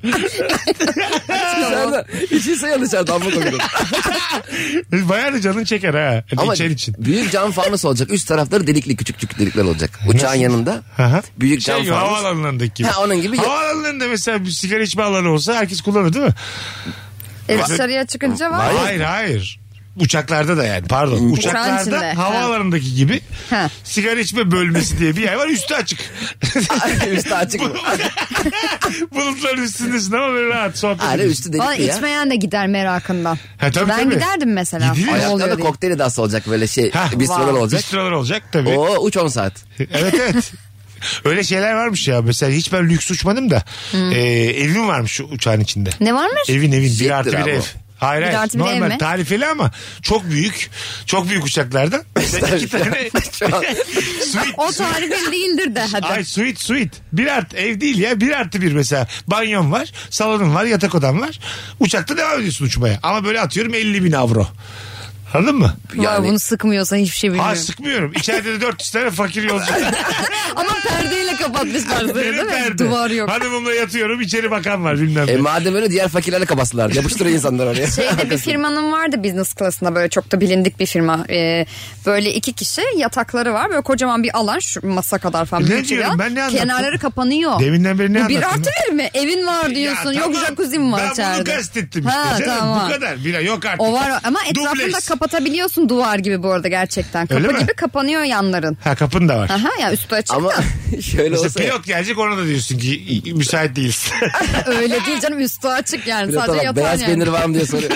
Dışarıda. İçinse ya dışarıda amma koyuyor. Bayağı da canın çeker ha. Ama İçer için. Büyük cam fanus olacak. Üst tarafları delikli, küçük küçük delikler olacak. Uçağın Nasıl? yanında. Aha. Büyük şey, cam fanus. Havaalanlarındaki gibi. Ha, onun gibi. Havaalanlarında mesela bir sigara içme alanı olsa herkes kullanır değil mi? E, dışarıya çıkınca var. Hayır hayır. Uçaklarda da yani pardon. Uçaklarda havaalanındaki gibi ha. sigara içme bölmesi diye bir yer var. Üstü açık. Üstü açık mı? Bulutların üstündesin ama böyle rahat sohbet ediyorsun. Üstü delikli Bana ya. İçmeyen de gider merakından. Ha, tabii, ben tabii. giderdim mesela. Ayakta da kokteyli dası olacak böyle şey. Ha, bistrolar wow. olacak. Bistrolar olacak tabii. Oo uç on saat. Evet evet. Öyle şeyler varmış ya. Mesela hiç ben lüks uçmadım da. Hmm. E, evim varmış uçağın içinde. Ne varmış? Evin evin. Bir artı bir ev. Hayır bir hayır. Normal tarifeli ama çok büyük. Çok büyük uçaklardan. İki tane. Suite, o tarifeli değildir de hadi. Ay suite suite. Bir artı ev değil ya. Bir artı bir mesela. Banyon var. Salonun var. Yatak odam var. Uçakta devam ediyorsun uçmaya. Ama böyle atıyorum elli bin avro. Anladın mı? Yani... Bunu sıkmıyorsan hiçbir şey bilmiyorum. Ha sıkmıyorum. İçeride de dört yüz tane fakir yolcu. Ama perdeyle kapatmışlar değil mi? Perde. Duvar yok. Hanımımla yatıyorum, içeri bakan var bilmem ne. E madem öyle diğer fakirlerle kapatsınlar. Yapıştırıyor insanlar oraya. Şeyde bir firmanın vardı business class'ında, böyle çok da bilindik bir firma. Ee, böyle iki kişi yatakları var. Böyle kocaman bir alan, şu masa kadar falan. Ne diyorum ben, ne anlattım? Kenarları kapanıyor. Deminden beri ne anlattın? Bir artı bir mi? Evin var diyorsun. Ya, yok tamam. Jacuzzi'm var ben içeride. Ben bunu kastettim işte. Ha, tamam. Bu kadar. Bir, yok artık. O var ama etrafında kapatabiliyorsun, duvar gibi bu arada gerçekten. Kapı gibi kapanıyor yanların. Ha kapın da var. Aha ya üstü açık ama da. şöyle mesela olsa. Pilot gelecek, ona da diyorsun ki müsait değilsin. Öyle değil canım, üstü açık yani. Pilota sadece yatağın beyaz yani. peynir var mı diye soruyor.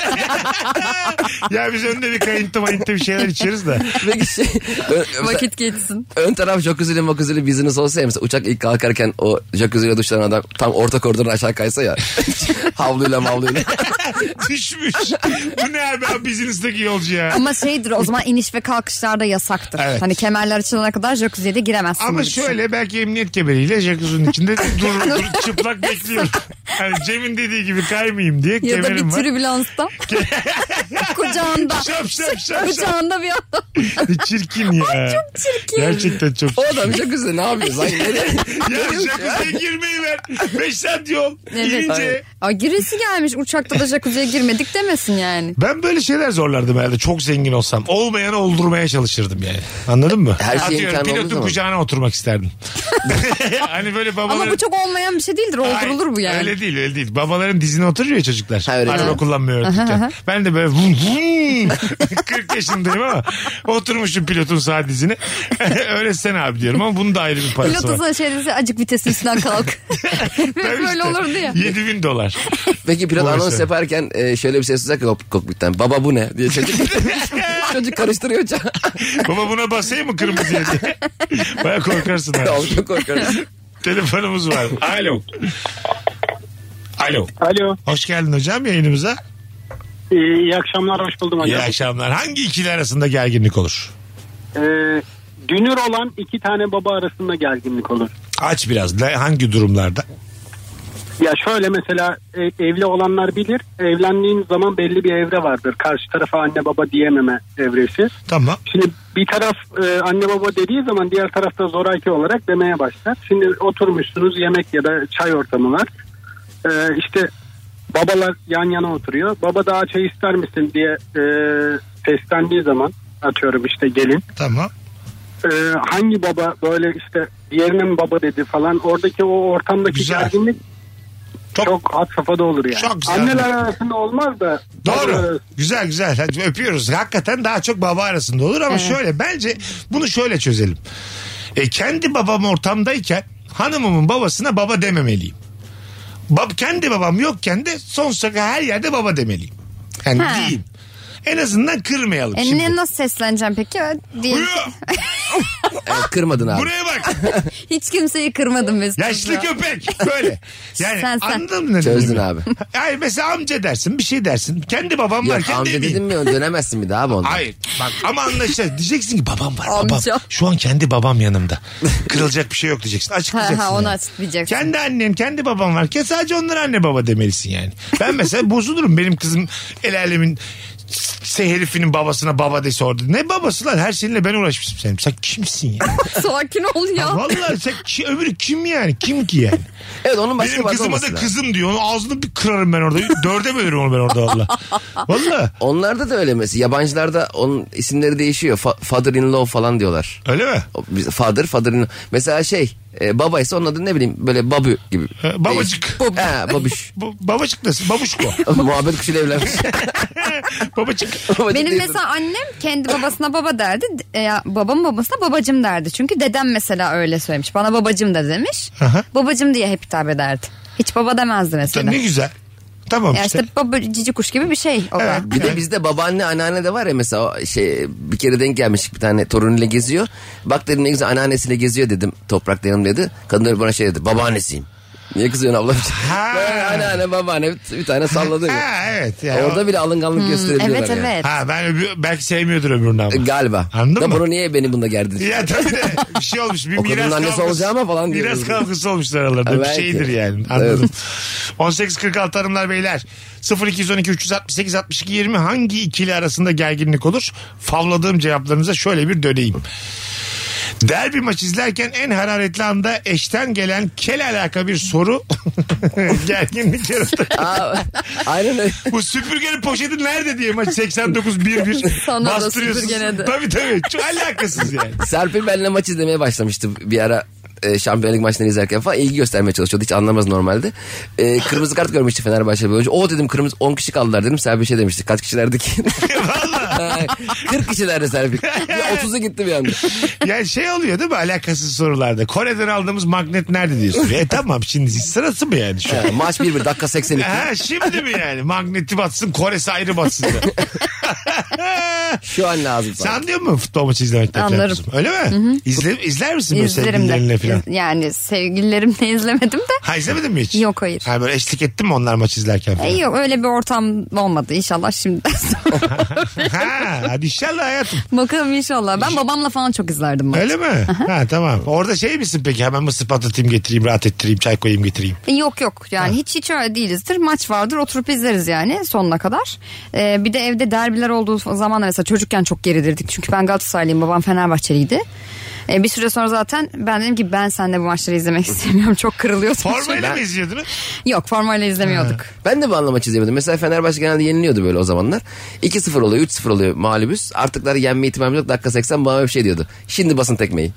Ya biz önde bir kayıntı mayıntı bir şeyler içeriz de. Peki şey. Vakit geçsin. Ön taraf jacuzzi'li makuzzi'li business olsa ya, mesela uçak ilk kalkarken o jacuzzi'yle duşlanan adam tam orta koridordan aşağı kaysa ya. havluyla mavluyla. Düşmüş. Bu ne abi business'taki yolcu ya. Ama şeydir o zaman, iniş ve kalkışlarda yasaktır. Evet. Hani kemerler açılana kadar jacuzziye de giremezsin. Ama şöyle şey. Belki emniyet kemeriyle jacuzzi'nin içinde dur, dur çıplak bekliyor. Yani Cem'in dediği gibi kaymayayım diye ya kemerim var. Ya da bir tribülansta. Kucağında. Şap şap şap. Kucağında bir adam. Çirkin ya. Ay çok çirkin. Gerçekten çok çirkin. O adam jacuzzi ne yapıyor? Sanki nereye? Ya jacuzziye girmeyi ver. Beş saat yol. Evet. Girince. Ay, giresi gelmiş uçakta da jacuzziye girmedik demesin yani. Ben böyle şeyler zorlardım herhalde. Çok zengin olsam. Olmayanı oldurmaya çalışırdım yani. Anladın mı? Her şey Atıyorum pilotun kucağına oturmak isterdim. Hani böyle babaların... Ama bu çok olmayan bir şey değildir. Oldurulur Ay, bu yani. Öyle değil öyle değil. Babaların dizine oturuyor ya çocuklar. Ha, öyle. Araba kullanmayı öğretirken. Ben de böyle vum vum kırk yaşındayım ama oturmuşum pilotun sağ dizine. Öğretsen abi diyorum ama bunun da ayrı bir parası Pilotun var. sana şey dese, acık vitesin üstünden kalk. Böyle işte, olurdu ya. yedi bin dolar. Peki pilot anons yaparken şöyle bir ses duyacak ya kokpitten. Baba bu ne diye çocuk. Çocuk karıştırıyor. Baba buna basayım mı kırmızıya diye. Baya korkarsın abi. Çok korkarsın. Telefonumuz var. Alo. Alo. Alo. Hoş geldin hocam yayınımıza. Ee, iyi akşamlar, hoş buldum hocam. İyi akşamlar. Hangi ikili arasında gerginlik olur? Ee, dünür olan iki tane baba arasında gerginlik olur. Aç biraz. Hangi durumlarda? Ya şöyle mesela e, evli olanlar bilir. Evlendiğin zaman belli bir evre vardır. Karşı tarafa anne baba diyememe evresi. Tamam. Şimdi bir taraf e, anne baba dediği zaman diğer tarafta zoraki olarak demeye başlar. Şimdi oturmuşsunuz, yemek ya da çay ortamı var. E, işte babalar yan yana oturuyor. Baba daha çay ister misin diye e, seslendiği zaman, atıyorum işte gelin. Tamam. e, hangi baba böyle işte diğerinin baba dedi falan, oradaki o ortamdaki Güzel. gerginlik çok, çok had safhada olur yani. Çok güzel. Anneler arasında olmaz da. Doğru. Güzel güzel. Hadi öpüyoruz. Hakikaten daha çok baba arasında olur ama Evet. şöyle bence bunu şöyle çözelim. E, kendi babam ortamdayken hanımımın babasına baba dememeliyim. Bab, kendi babam yokken de sonsuza kadar her yerde baba demeliyim. Yani Ha. diyeyim. En azından kırmayalım E şimdi. ne, nasıl sesleneceğim peki? Değil. Uyu! Evet, kırmadın abi. Buraya bak. Hiç kimseyi kırmadım Mesut. Yaşlı ya. köpek. Böyle. Yani Sen, sen. anladın mı ne Çözdün dediğimi? abi. Yani mesela amca dersin, bir şey dersin. Kendi babam Yok varken amca demeyeyim. dedim mi dönemezsin bir daha abi ondan. Hayır bak ama anlaşılır. Diyeceksin ki babam var babam. Amca. Şu an kendi babam yanımda. Kırılacak bir şey yok diyeceksin. Açıklayacaksın. Ha, ha, onu yani. açıklayacaksın. Kendi annem kendi babam varken sadece onlara anne baba demelisin yani. Ben mesela bozulurum. Benim kızım el alemin se herifinin babasına baba dese orada. Ne babası lan? Her seninle ben uğraşmışım senin. Sen kimsin ya? Sakin ol ya. Ha, vallahi sen ki, öbürü kim yani? Kim ki yani? Evet onun başka Benim bir kızıma olması da lazım. kızım diyor. Onun ağzını bir kırarım ben orada. Dörde bölerim onu ben orada valla. Valla. Onlarda da öyle mesela. Yabancılarda onun isimleri değişiyor. Fa- father in law falan diyorlar. Öyle mi? O, biz- Father, father in law. Mesela şey e, baba ise onun adı ne bileyim böyle babu gibi. Ha, babacık. He babuş. Bu, babacık nasıl? Babuşko. Muhabbet kuşuyla evlenmiş. Babacık. Babacık Benim değilsin. mesela annem kendi babasına baba derdi. E, babamın babasına babacım derdi. Çünkü dedem mesela öyle söylemiş. Bana babacım da demiş. Aha. Babacım diye hep hitap ederdi. Hiç baba demezdi mesela. Ne güzel. Tamam Ya işte. işte baba cici kuş gibi bir şey o da. Evet. Bir de bizde babaanne anneanne de var ya mesela o şey bir kere denk gelmiş bir tane torunuyla geziyor. Bak dedim ne güzel anneannesiyle geziyor dedim toprakta yanım dedi. Kadın da bana şey dedi babaannesiyim. Niye kızıyorsun abla? Ha. Ben anneanne babaanne bir, bir tane salladı. Ha evet. Yani Orada bile alınganlık gösterebiliyorlar Evet yani. evet. Ha ben öbür, belki sevmiyordur öbürünü ama. E, Galiba. Anladın da mı? bunu niye beni bunda gerdin? Ya tabii de bir şey olmuş. Bir O kadının miras annesi kavgası. olacağım ama falan Miras diyoruz. kavgası olmuşlar aralarında. Bir Belki. şeydir yani. Anladım. Evet. on sekiz kırk altı hanımlar beyler. sıfır iki on iki üç altı sekiz altmış iki yirmi hangi ikili arasında gerginlik olur? Favladığım cevaplarınıza şöyle bir döneyim. Derbi maç izlerken en hararetli anda eşten gelen kel alaka bir soru gerginlik yaratır. Aa, aynen öyle. Bu süpürgenin poşeti nerede diye maç seksen dokuz bir bir Sana da bastırıyorsunuz. süpürgene de. Tabii tabii. Çok alakasız yani. Serpil benimle maç izlemeye başlamıştı bir ara. E, Şampiyonlar Ligi maçlarını izlerken falan ilgi göstermeye çalışıyordu. Hiç anlamaz normalde. E, kırmızı kart görmüştü Fenerbahçe bir oyuncu. O dedim kırmızı on kişi kaldılar dedim. Serpil şey demişti. Kaç kişilerdi ki? Valla. kırk kişilerdi Serpil. Bir otuzu gitti bir anda. Yani şey oluyor değil mi alakasız sorularda. Kore'den aldığımız magnet nerede diyorsun. E tamam şimdi sırası mı yani şu an? Ha, maç bir bir dakika seksen iki. Ha, şimdi mi yani? Magneti batsın Kore'si ayrı batsın. da. Şu an lazım Sen sana. anlıyor musun futbol maçı izlemekten? falan Anlarım. kızım? Öyle mi? İzle, izler misin böyle İzlerim sevgililerinle de. falan? Yani sevgililerimle izlemedim de. Ha izlemedin mi hiç? Yok, hayır. Ha böyle eşlik ettin mi onlar maç izlerken falan? E, yok öyle bir ortam olmadı inşallah şimdiden sonra. Ha hadi inşallah hayatım. Bakalım inşallah. Ben babamla falan çok izlerdim maçı. Öyle mi? Ha tamam. Orada şey misin peki hemen mısır patlatayım getireyim rahat ettireyim çay koyayım getireyim. E, Yok yok yani hiç hiç öyle değilizdir. Maç vardır oturup izleriz yani sonuna kadar. Ee, bir de evde derbiler olduğu zaman mesela çocukken çok geridirdik. Çünkü ben Galatasaraylıyım, babam Fenerbahçeliydi. Ee, bir süre sonra zaten ben dedim ki ben seninle bu maçları izlemek istemiyorum. Çok kırılıyordum. Formayla mı izliyordunuz? Yok formayla izlemiyorduk. Ben de bu anla maç izlemedim. Mesela Fenerbahçe genelde yeniliyordu böyle o zamanlar. iki sıfır oluyor, üç sıfır oluyor mağlubüz. Artıkları yenme ihtimalimiz yok. Dakika seksen bana bir şey diyordu. Şimdi basın tekmeyi.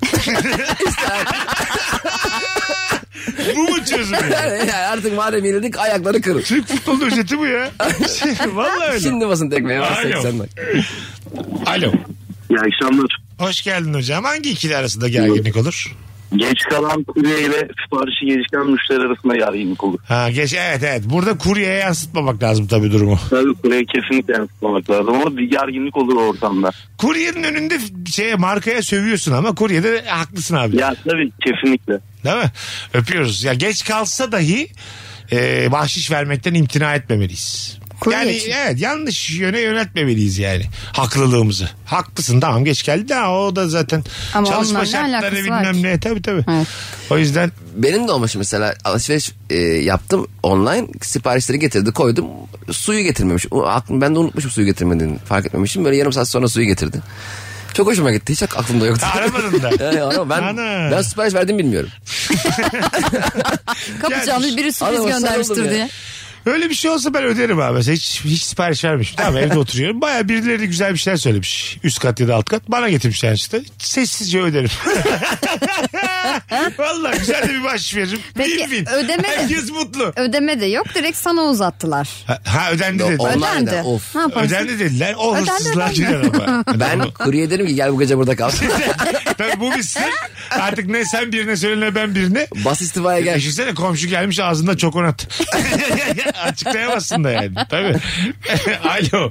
Bu mu çözüm ya? yani artık madem yenildik ayakları kırın. Türk futbolu özeti bu ya. Vallahi öyle. Şimdi basın tekmeyi. Alo. seksen bak. Alo. İyi akşamlar. Hoş geldin hocam. Hangi ikili arasında gerginlik olur? Geç kalan kurye ile siparişi gecikten müşteri arasında gerginlik olur. Ha geç evet evet. Burada kuryeye yansıtmamak lazım tabii durumu. Tabii kurye kesinlikle yansıtmamak lazım ama bir gerginlik olur ortamda. Kuryenin önünde şeye markaya sövüyorsun ama kuryede haklısın abi. Ya tabii kesinlikle. Değil mi? Öpüyoruz. Ya geç kalsa dahi e, bahşiş vermekten imtina etmemeliyiz. Kurye yani için. evet yanlış yöne yöneltmemeliyiz yani haklılığımızı. Haklısın tamam geç geldi de o da zaten Ama çalışma onunla ne şartları alakası var bilmem ki? ne tabii tabii. Evet. O yüzden Benim de olmuş mesela alışveriş e, yaptım online siparişleri getirdi koydum suyu getirmemiş. O, aklım, ben de unutmuşum suyu getirmediğini fark etmemişim böyle yarım saat sonra suyu getirdi. Çok hoşuma gitti hiç aklımda yoktu. aramadın da. yani, ama ben, Ana. ben sipariş verdim bilmiyorum. Kapı Yani- çalmış biri sürpriz Ana, göndermiştir sarıldım ya. diye. Öyle bir şey olsa ben öderim abi. Mesela hiç, hiç sipariş vermişim. Tamam evde oturuyorum. Baya birileri de güzel bir şeyler söylemiş. Üst kat ya da alt kat. Bana getirmişler işte. Sessizce öderim. Vallahi güzel de bir bahşiş veririm. Peki Win win. ödeme de, herkes mutlu. Ödeme de yok. Direkt sana uzattılar. Ha, ha ödendi Yo, dediler. onlar Ödendi. da, of. Ne yaparsın? Ödendi dediler. O Ödendi, hırsızlar ödendi. girer ama. Ben kurye derim ki gel bu gece burada kal. Tabii bu bir sır. Artık ne sen birine söyle ne ben birine. Bas istifaya gel. Düşünsene komşu gelmiş ağzında çokonat. Açıklayamazsın da yani. Tabii. Alo.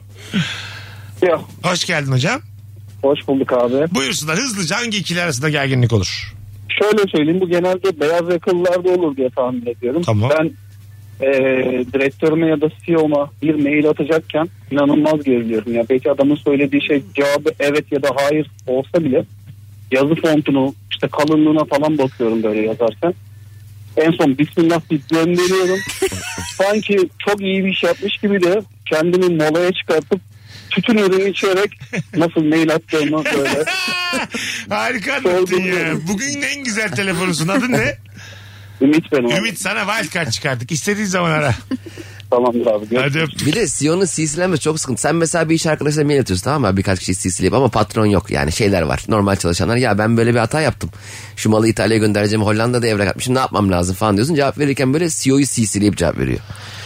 Ya, Hoş geldin hocam. hoş bulduk abi. Buyursunlar hızlıca hangi ikili arasında gerginlik olur? Şöyle söyleyeyim, bu genelde beyaz yakalılarda olur diye tahmin ediyorum. Tamam. Ben e, direktörüme ya da C E O'ma bir mail atacakken inanılmaz geriliyorum. Ya belki adamın söylediği şey cevabı evet ya da hayır olsa bile yazı fontunu işte kalınlığına falan bakıyorum böyle yazarken. En son bismillah bir gönderiyorum. Sanki çok iyi bir iş yapmış gibi de kendimi molaya çıkartıp tütün ürünü içerek nasıl mail attığımı böyle. Harika anlattın ya. Bugün en güzel telefonusun. Adın ne? Ümit benim. Ümit sana wildcard çıkarttık. İstediğin zaman ara. Tamamdır abi. Hadi öp. Bir de C E O'nun C C'lenmesi çok sıkıntı. Sen mesela bir iş arkadaşına mail atıyorsun, tamam mı? Birkaç kişi C C'leyip ama patron yok. Yani şeyler var. Normal çalışanlar. Ya ben böyle bir hata yaptım. Şu malı İtalya'ya göndereceğim. Hollanda'da evrak atmışım. Ne yapmam lazım falan diyorsun. Cevap verirken böyle C E O'yu C C'leyip cevap veriyor.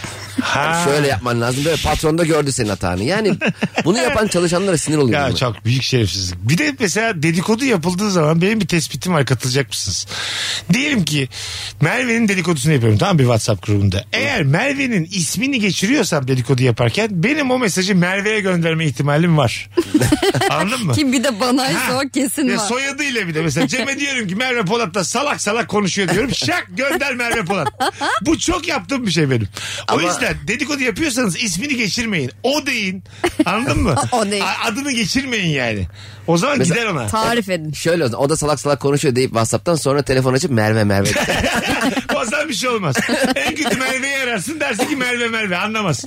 Ha. Şöyle yapman lazım. Böyle patron da gördü senin hatanı. Yani bunu yapan çalışanlara sinir oluyor. Ya çok büyük şerefsizlik. Bir de mesela dedikodu yapıldığı zaman benim bir tespitim var, katılacak mısınız? Diyelim ki Merve'nin dedikodusunu yapıyorum, tamam, bir WhatsApp grubunda. Eğer Merve'nin ismini geçiriyorsam dedikodu yaparken benim o mesajı Merve'ye gönderme ihtimalim var. Anladın mı? Kim bir de banaysa o kesin Ya var. soyadıyla bir de mesela Cem'e diyorum ki Merve Polat'la salak salak konuşuyor diyorum. Şak gönder Merve Polat. Bu çok yaptığım bir şey benim. O Ama- yüzden dedikodu yapıyorsanız ismini geçirmeyin. O deyin. Anladın mı? O deyin. A- Adını geçirmeyin yani. O zaman Mesela- gider ona. Tarif edin. Şöyle o zaman, o da salak salak konuşuyor deyip WhatsApp'tan sonra telefon açıp Merve Merve. O zaman bir şey olmaz. En kötü Merve'yi ararsın, dersin ki Merve Merve, anlamaz.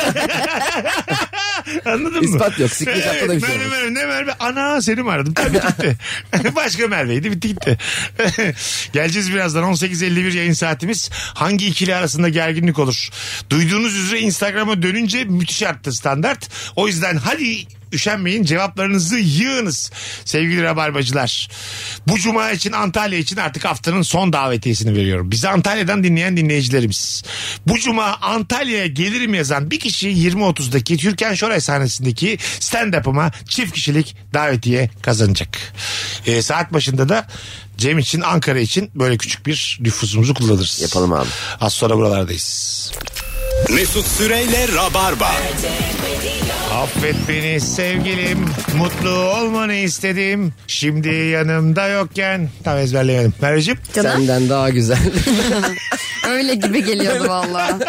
Anladın mı? İspat yok, siklik hatta da bir şey Merve olmaz. Merve ne Merve? Ana seni mi aradım? Tabii gitti. Başka Merve'ydi, bitti gitti. Geleceğiz birazdan. on sekiz elli bir yayın saatimiz. Hangi ikili arasında gerginlik olur? Duyduğunuz üzere Instagram'a dönünce müthiş arttı standart. O yüzden hadi üşenmeyin, cevaplarınızı yığınız sevgili rabarbacılar. Bu cuma için, Antalya için artık haftanın son davetiyesini veriyorum. Bizi Antalya'dan dinleyen dinleyicilerimiz. Bu cuma Antalya'ya gelirim yazan bir kişi yirmi otuzdaki Türkan Şoray sahnesindeki stand-up'ıma çift kişilik davetiye kazanacak. Ee, saat başında da Cem için, Ankara için böyle küçük bir nüfusumuzu kullanırız. Yapalım abi. Az sonra buralardayız. Mesut Süreyle Rabarba. Affet beni sevgilim, mutlu olmanı istedim. Şimdi yanımda yokken. Tam ezberleyemedim. Merveciğim. Canım Senden daha güzel. öyle gibi geliyordu valla.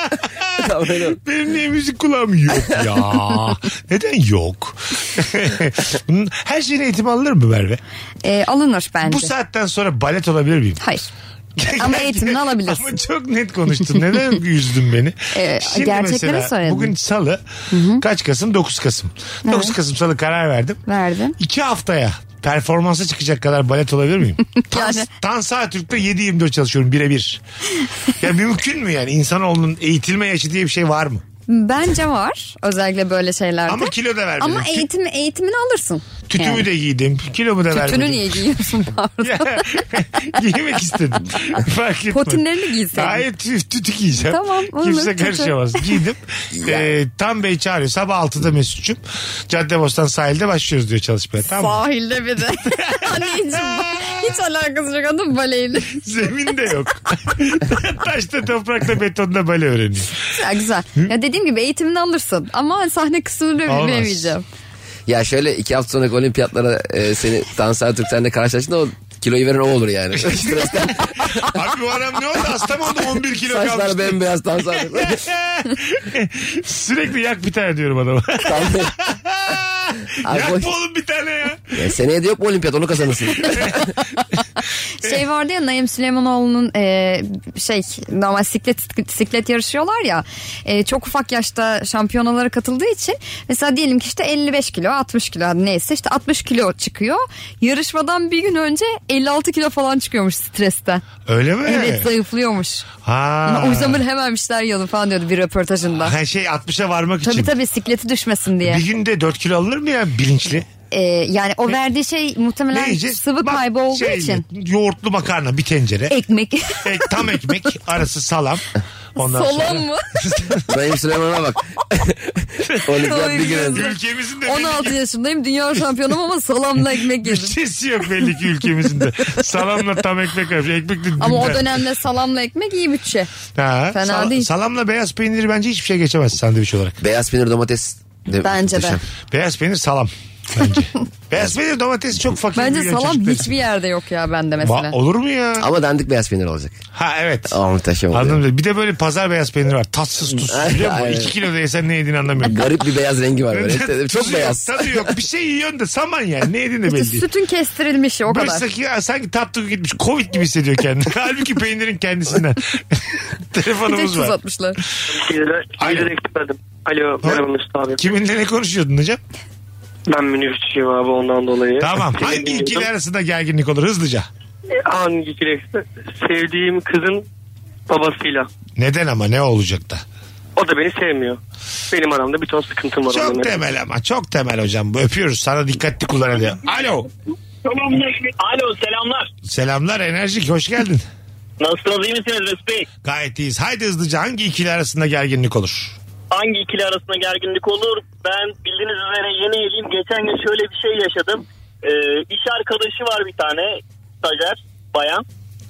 Benim niye müzik kulağım yok ya? Neden yok? Bunun her şeyin eğitim alınır mı Merve? Ee, alınır bence. Bu saatten sonra balet olabilir miyim? Hayır. Ama eğitimini alabilirsin. Ama çok net konuştun. Neden üzdün beni? Ee, Şimdi gerçekleri mesela söyledim. bugün Salı. Kaç Kasım? dokuz Kasım. dokuz Kasım Salı karar verdim. Verdim. İki haftaya performansa çıkacak kadar balet olabilir miyim? Tan, Yani. Tan Saatürk'te yedi yirmi dört çalışıyorum birebir. Ya mümkün mü yani? İnsanoğlunun eğitilme yaşı diye bir şey var mı? Bence var. Özellikle böyle şeylerde. Ama kilo da vermedim. Ama eğitim, eğitimini alırsın. Tütümü Yani. de giydim. Kilomu da vermedim. Tütünü niye giyiyorsun pardon? Ya, giymek istedim. Fark etme. Potinlerini giyseydin. Hayır tü, tütü giyeceğim. Tamam, olur, Kimse tütü. karışamaz. Giydim. ee, Tam Bey çağırıyor. Sabah altıda Mesut'cum. Caddebostan sahilde başlıyoruz diyor çalışmaya. Tamam mı? Sahilde bir de. Anneciğim hiç alakası yok adım baleyle. Zemin de yok. Taşta, toprakta, betonda bale öğreniyor. Güzel güzel. Ya dediğim gibi eğitimini alırsın. Ama sahne kısmını Olmaz. bilemeyeceğim. Ya şöyle iki hafta sonraki olimpiyatlara e, seni Tansel Türksen'le karşılaştığında o kiloyu veren o olur yani. Stresten Abi bu adam ne oldu? Hasta mı oldu? on bir kilo saçlar kalmıştı. bembeyaz Tansel. Sürekli yak bir tane diyorum adama. Abi Yapma boş- oğlum bir tane ya. Ya seneye de yok mu olimpiyat, onu kazanırsın. Şey vardı ya, Naim Süleymanoğlu'nun e, şey normal siklet siklet yarışıyorlar ya, e, çok ufak yaşta şampiyonalara katıldığı için mesela diyelim ki işte elli beş kilo altmış kilo neyse işte altmış kilo çıkıyor. Yarışmadan bir gün önce elli altı kilo falan çıkıyormuş stresten. Öyle mi? Evet, zayıflıyormuş. Ha. O yüzden böyle hemen bir şeyler yiyordu falan diyordu bir röportajında. Ha, şey altmışa varmak Tabii için. tabii sikleti düşmesin diye. Bir günde dört kilo alınır mı ya bilinçli? Ee, yani o verdiği şey muhtemelen Ne yiyeceğiz? sıvı Bak, kaybı olduğu şeyle, için. Yoğurtlu makarna bir tencere. Ekmek. Ek, tam ekmek arası salam. Ondan Salam sonra... mı? Naim Süleyman'a bak. Olimpiyat bir gün önce. Ülkemizin de on altı yaşındayım, dünya şampiyonum ama salamla ekmek yedim. bütçesi yok belli ki ülkemizin de. Salamla tam ekmek var. Ekmek de Ama o dünden. dönemde salamla ekmek iyi bütçe. Ha, Fena sal- değil. Salamla beyaz peyniri bence hiçbir şey geçemez sandviç olarak. Beyaz peynir domates. De, Bence de. muhteşem. Beyaz peynir salam. Bence. Beyaz peynir domates çok fakir. Bence büyüyen salam çocuklar. hiçbir yerde yok ya bende mesela. Va- olur mu ya? Ama dandik beyaz peynir olacak. Ha evet. Aa, muhteşem oluyor. Anladım. Bir de böyle pazar beyaz peynir var. Tatsız tuzsuz biliyor musun? Aynen. İki kilo da yesen ne yediğini anlamıyorum. Garip bir beyaz rengi var böyle. Çok Tuzu beyaz. Yok, tadı yok. Bir şey yiyorsun da saman yani. Ne yediğin de İşte belli değil. sütün kestirilmişi o Böyle kadar. sanki, sanki tatlı gitmiş. Covid gibi hissediyor kendini. Halbuki peynirin kendisinden. Bir de Telefonumuz tuz var. atmışlar. Alo. Alo, merhaba Mesut abi. Kiminle ne konuşuyordun hocam? Ben minibüsçüyüm abi, ondan dolayı. Tamam. Hangi ikili arasında gerginlik olur hızlıca? Hangi ikili? Sevdiğim kızın babasıyla. Neden ama ne olacak da? O da beni sevmiyor. Benim aramda bir ton sıkıntım var. Çok onunla. temel ama çok temel hocam. Bu öpüyoruz. Sana dikkatli kullan hadi. Alo. Alo, selamlar. Selamlar enerjik hoş geldin. Nasılsınız, iyi misiniz Mesut Bey? Gayet iyiyiz. Haydi hızlıca hangi ikili arasında gerginlik olur? Hangi ikili arasında gerginlik olur? Ben bildiğiniz üzere yeni evliyim. Geçen gün şöyle bir şey yaşadım. Ee, iş arkadaşı var bir tane, stajyer, bayan.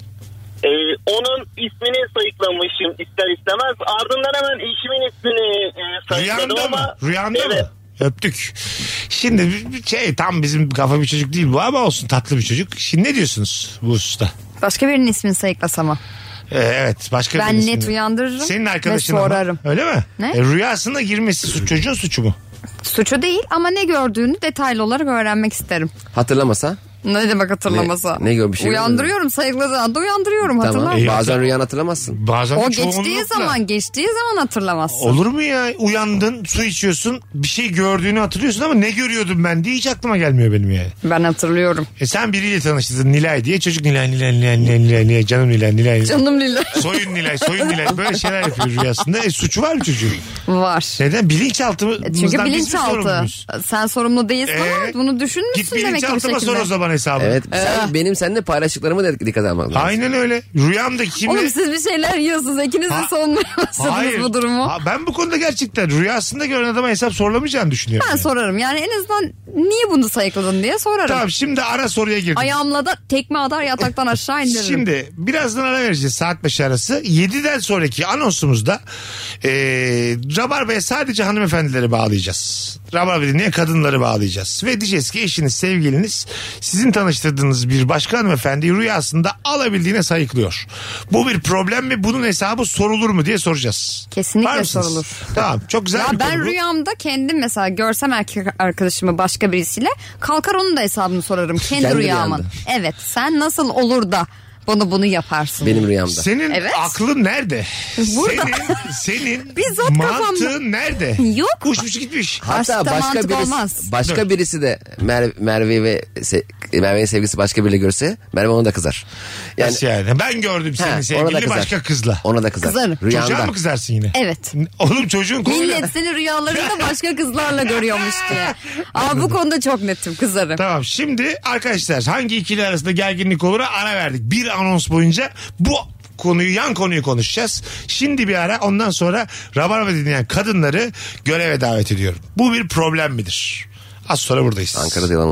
Ee, onun ismini sayıklamışım ister istemez. Ardından hemen eşimin ismini e, sayıkladım Rüyanda ama... mı? Rüyanda evet. mı? Öptük. Şimdi şey tam bizim kafa bir çocuk değil bu ama olsun tatlı bir çocuk. Şimdi ne diyorsunuz bu hususta? Başka birinin ismini sayıklasam. Ee, evet başka Ben birisinin. net uyandırırım. Senin arkadaşın ve ama. sorarım. Öyle mi? Ne? E, rüyasına girmesi suç, çocuğun suçu mu? Suçu değil ama ne gördüğünü detaylı olarak öğrenmek isterim. Hatırlamasa? Ne demek hatırlamasa? Ne, ne gör bir şey Uyandırıyorum, sayıkladığı anda uyandırıyorum, hatırlar. Tamam. Bazen rüyanı hatırlamazsın. Bazen O de geçtiği çoğunlukla. zaman geçtiği zaman hatırlamazsın. Olur mu ya? Uyandın, su içiyorsun, bir şey gördüğünü hatırlıyorsun ama ne görüyordum ben diye hiç aklıma gelmiyor benim yani. Ben hatırlıyorum. E sen biriyle tanıştın Nilay diye. Çocuk Nilay, Nilay, Nilay, Nilay, Nilay, Nilay, canım Nilay, Nilay. Canım Nilay. Soyun Nilay, soyun Nilay. Böyle şeyler yapıyor rüyasında. E suçu var mı çocuğun? Var. Neden? Bilinçaltımızdan Çünkü biz mi bilinçaltı. sorumluyuz? Sen sorumlu değilsin Ee, ama bunu Git düşünmüşsün demek ki bir bilinçaltıma şekilde. sor o zaman hesabını. Evet. Sen benim seninle paylaştıklarımı da dikkat almak lazım. Aynen öyle. Rüyamdaki kimle... Oğlum siz bir şeyler yiyorsunuz. İkiniz de Ha- savunmuyorsunuz bu durumu. Ha, ben bu konuda gerçekten rüyasında gören adama hesap sorulamayacağını düşünüyorum. Ben yani. sorarım. Yani en azından niye bunu sayıkladın diye sorarım. Tamam şimdi ara soruya girdik. Ayağımla da tekme atar yataktan aşağı indiririm. Şimdi birazdan ara vereceğiz saat beş arası. yediden sonraki anonsumuzda e, Rabarba'ya sadece hanımefendileri bağlayacağız. Rabarba'da niye kadınları bağlayacağız. Ve diyeceğiz ki eşiniz, sevgiliniz sizin tanıştırdığınız bir başka hanımefendiyi rüyasında alabildiğine sayıklıyor. Bu bir problem mi? Bunun hesabı sorulur mu diye soracağız. Var Kesinlikle mısınız? sorulur. Tamam çok güzel Ya bir ben konu bu. rüyamda kendim mesela görsem erkek arkadaşımı başka birisiyle kalkar onun da hesabını sorarım. Kendi, Kendi rüyamın. rüyanda. Evet, sen nasıl olur da bunu bunu yaparsın. Benim rüyamda. Senin Evet. aklın nerede? Burada. Senin, senin Bizzat mantığın kafamda. nerede? Yok. Uçmuş gitmiş. Hatta Aşkta başka mantık birisi, olmaz. başka Dur. birisi de Mer- Merve ve se- Merve'nin sevgilisi başka biriyle görse Merve ona da kızar. Yani Nasıl yani? Ben gördüm Ha, seni ona da sevgilini kızar. başka kızla. ona da kızar. Kızarım. Çocuğa Rüyanda. mı kızarsın yine? Evet. Oğlum çocuğun konuyla... Millet seni rüyalarında başka kızlarla görüyormuş diye. Ama bu konuda çok netim, kızarım. Tamam şimdi arkadaşlar hangi ikili arasında gerginlik olur ara verdik. Bir anons boyunca bu konuyu yan konuyu konuşacağız. Şimdi bir ara ondan sonra Rabarba dinleyen kadınları göreve davet ediyorum. Bu bir problem midir? Az sonra buradayız. Ankara'da yalan oldu.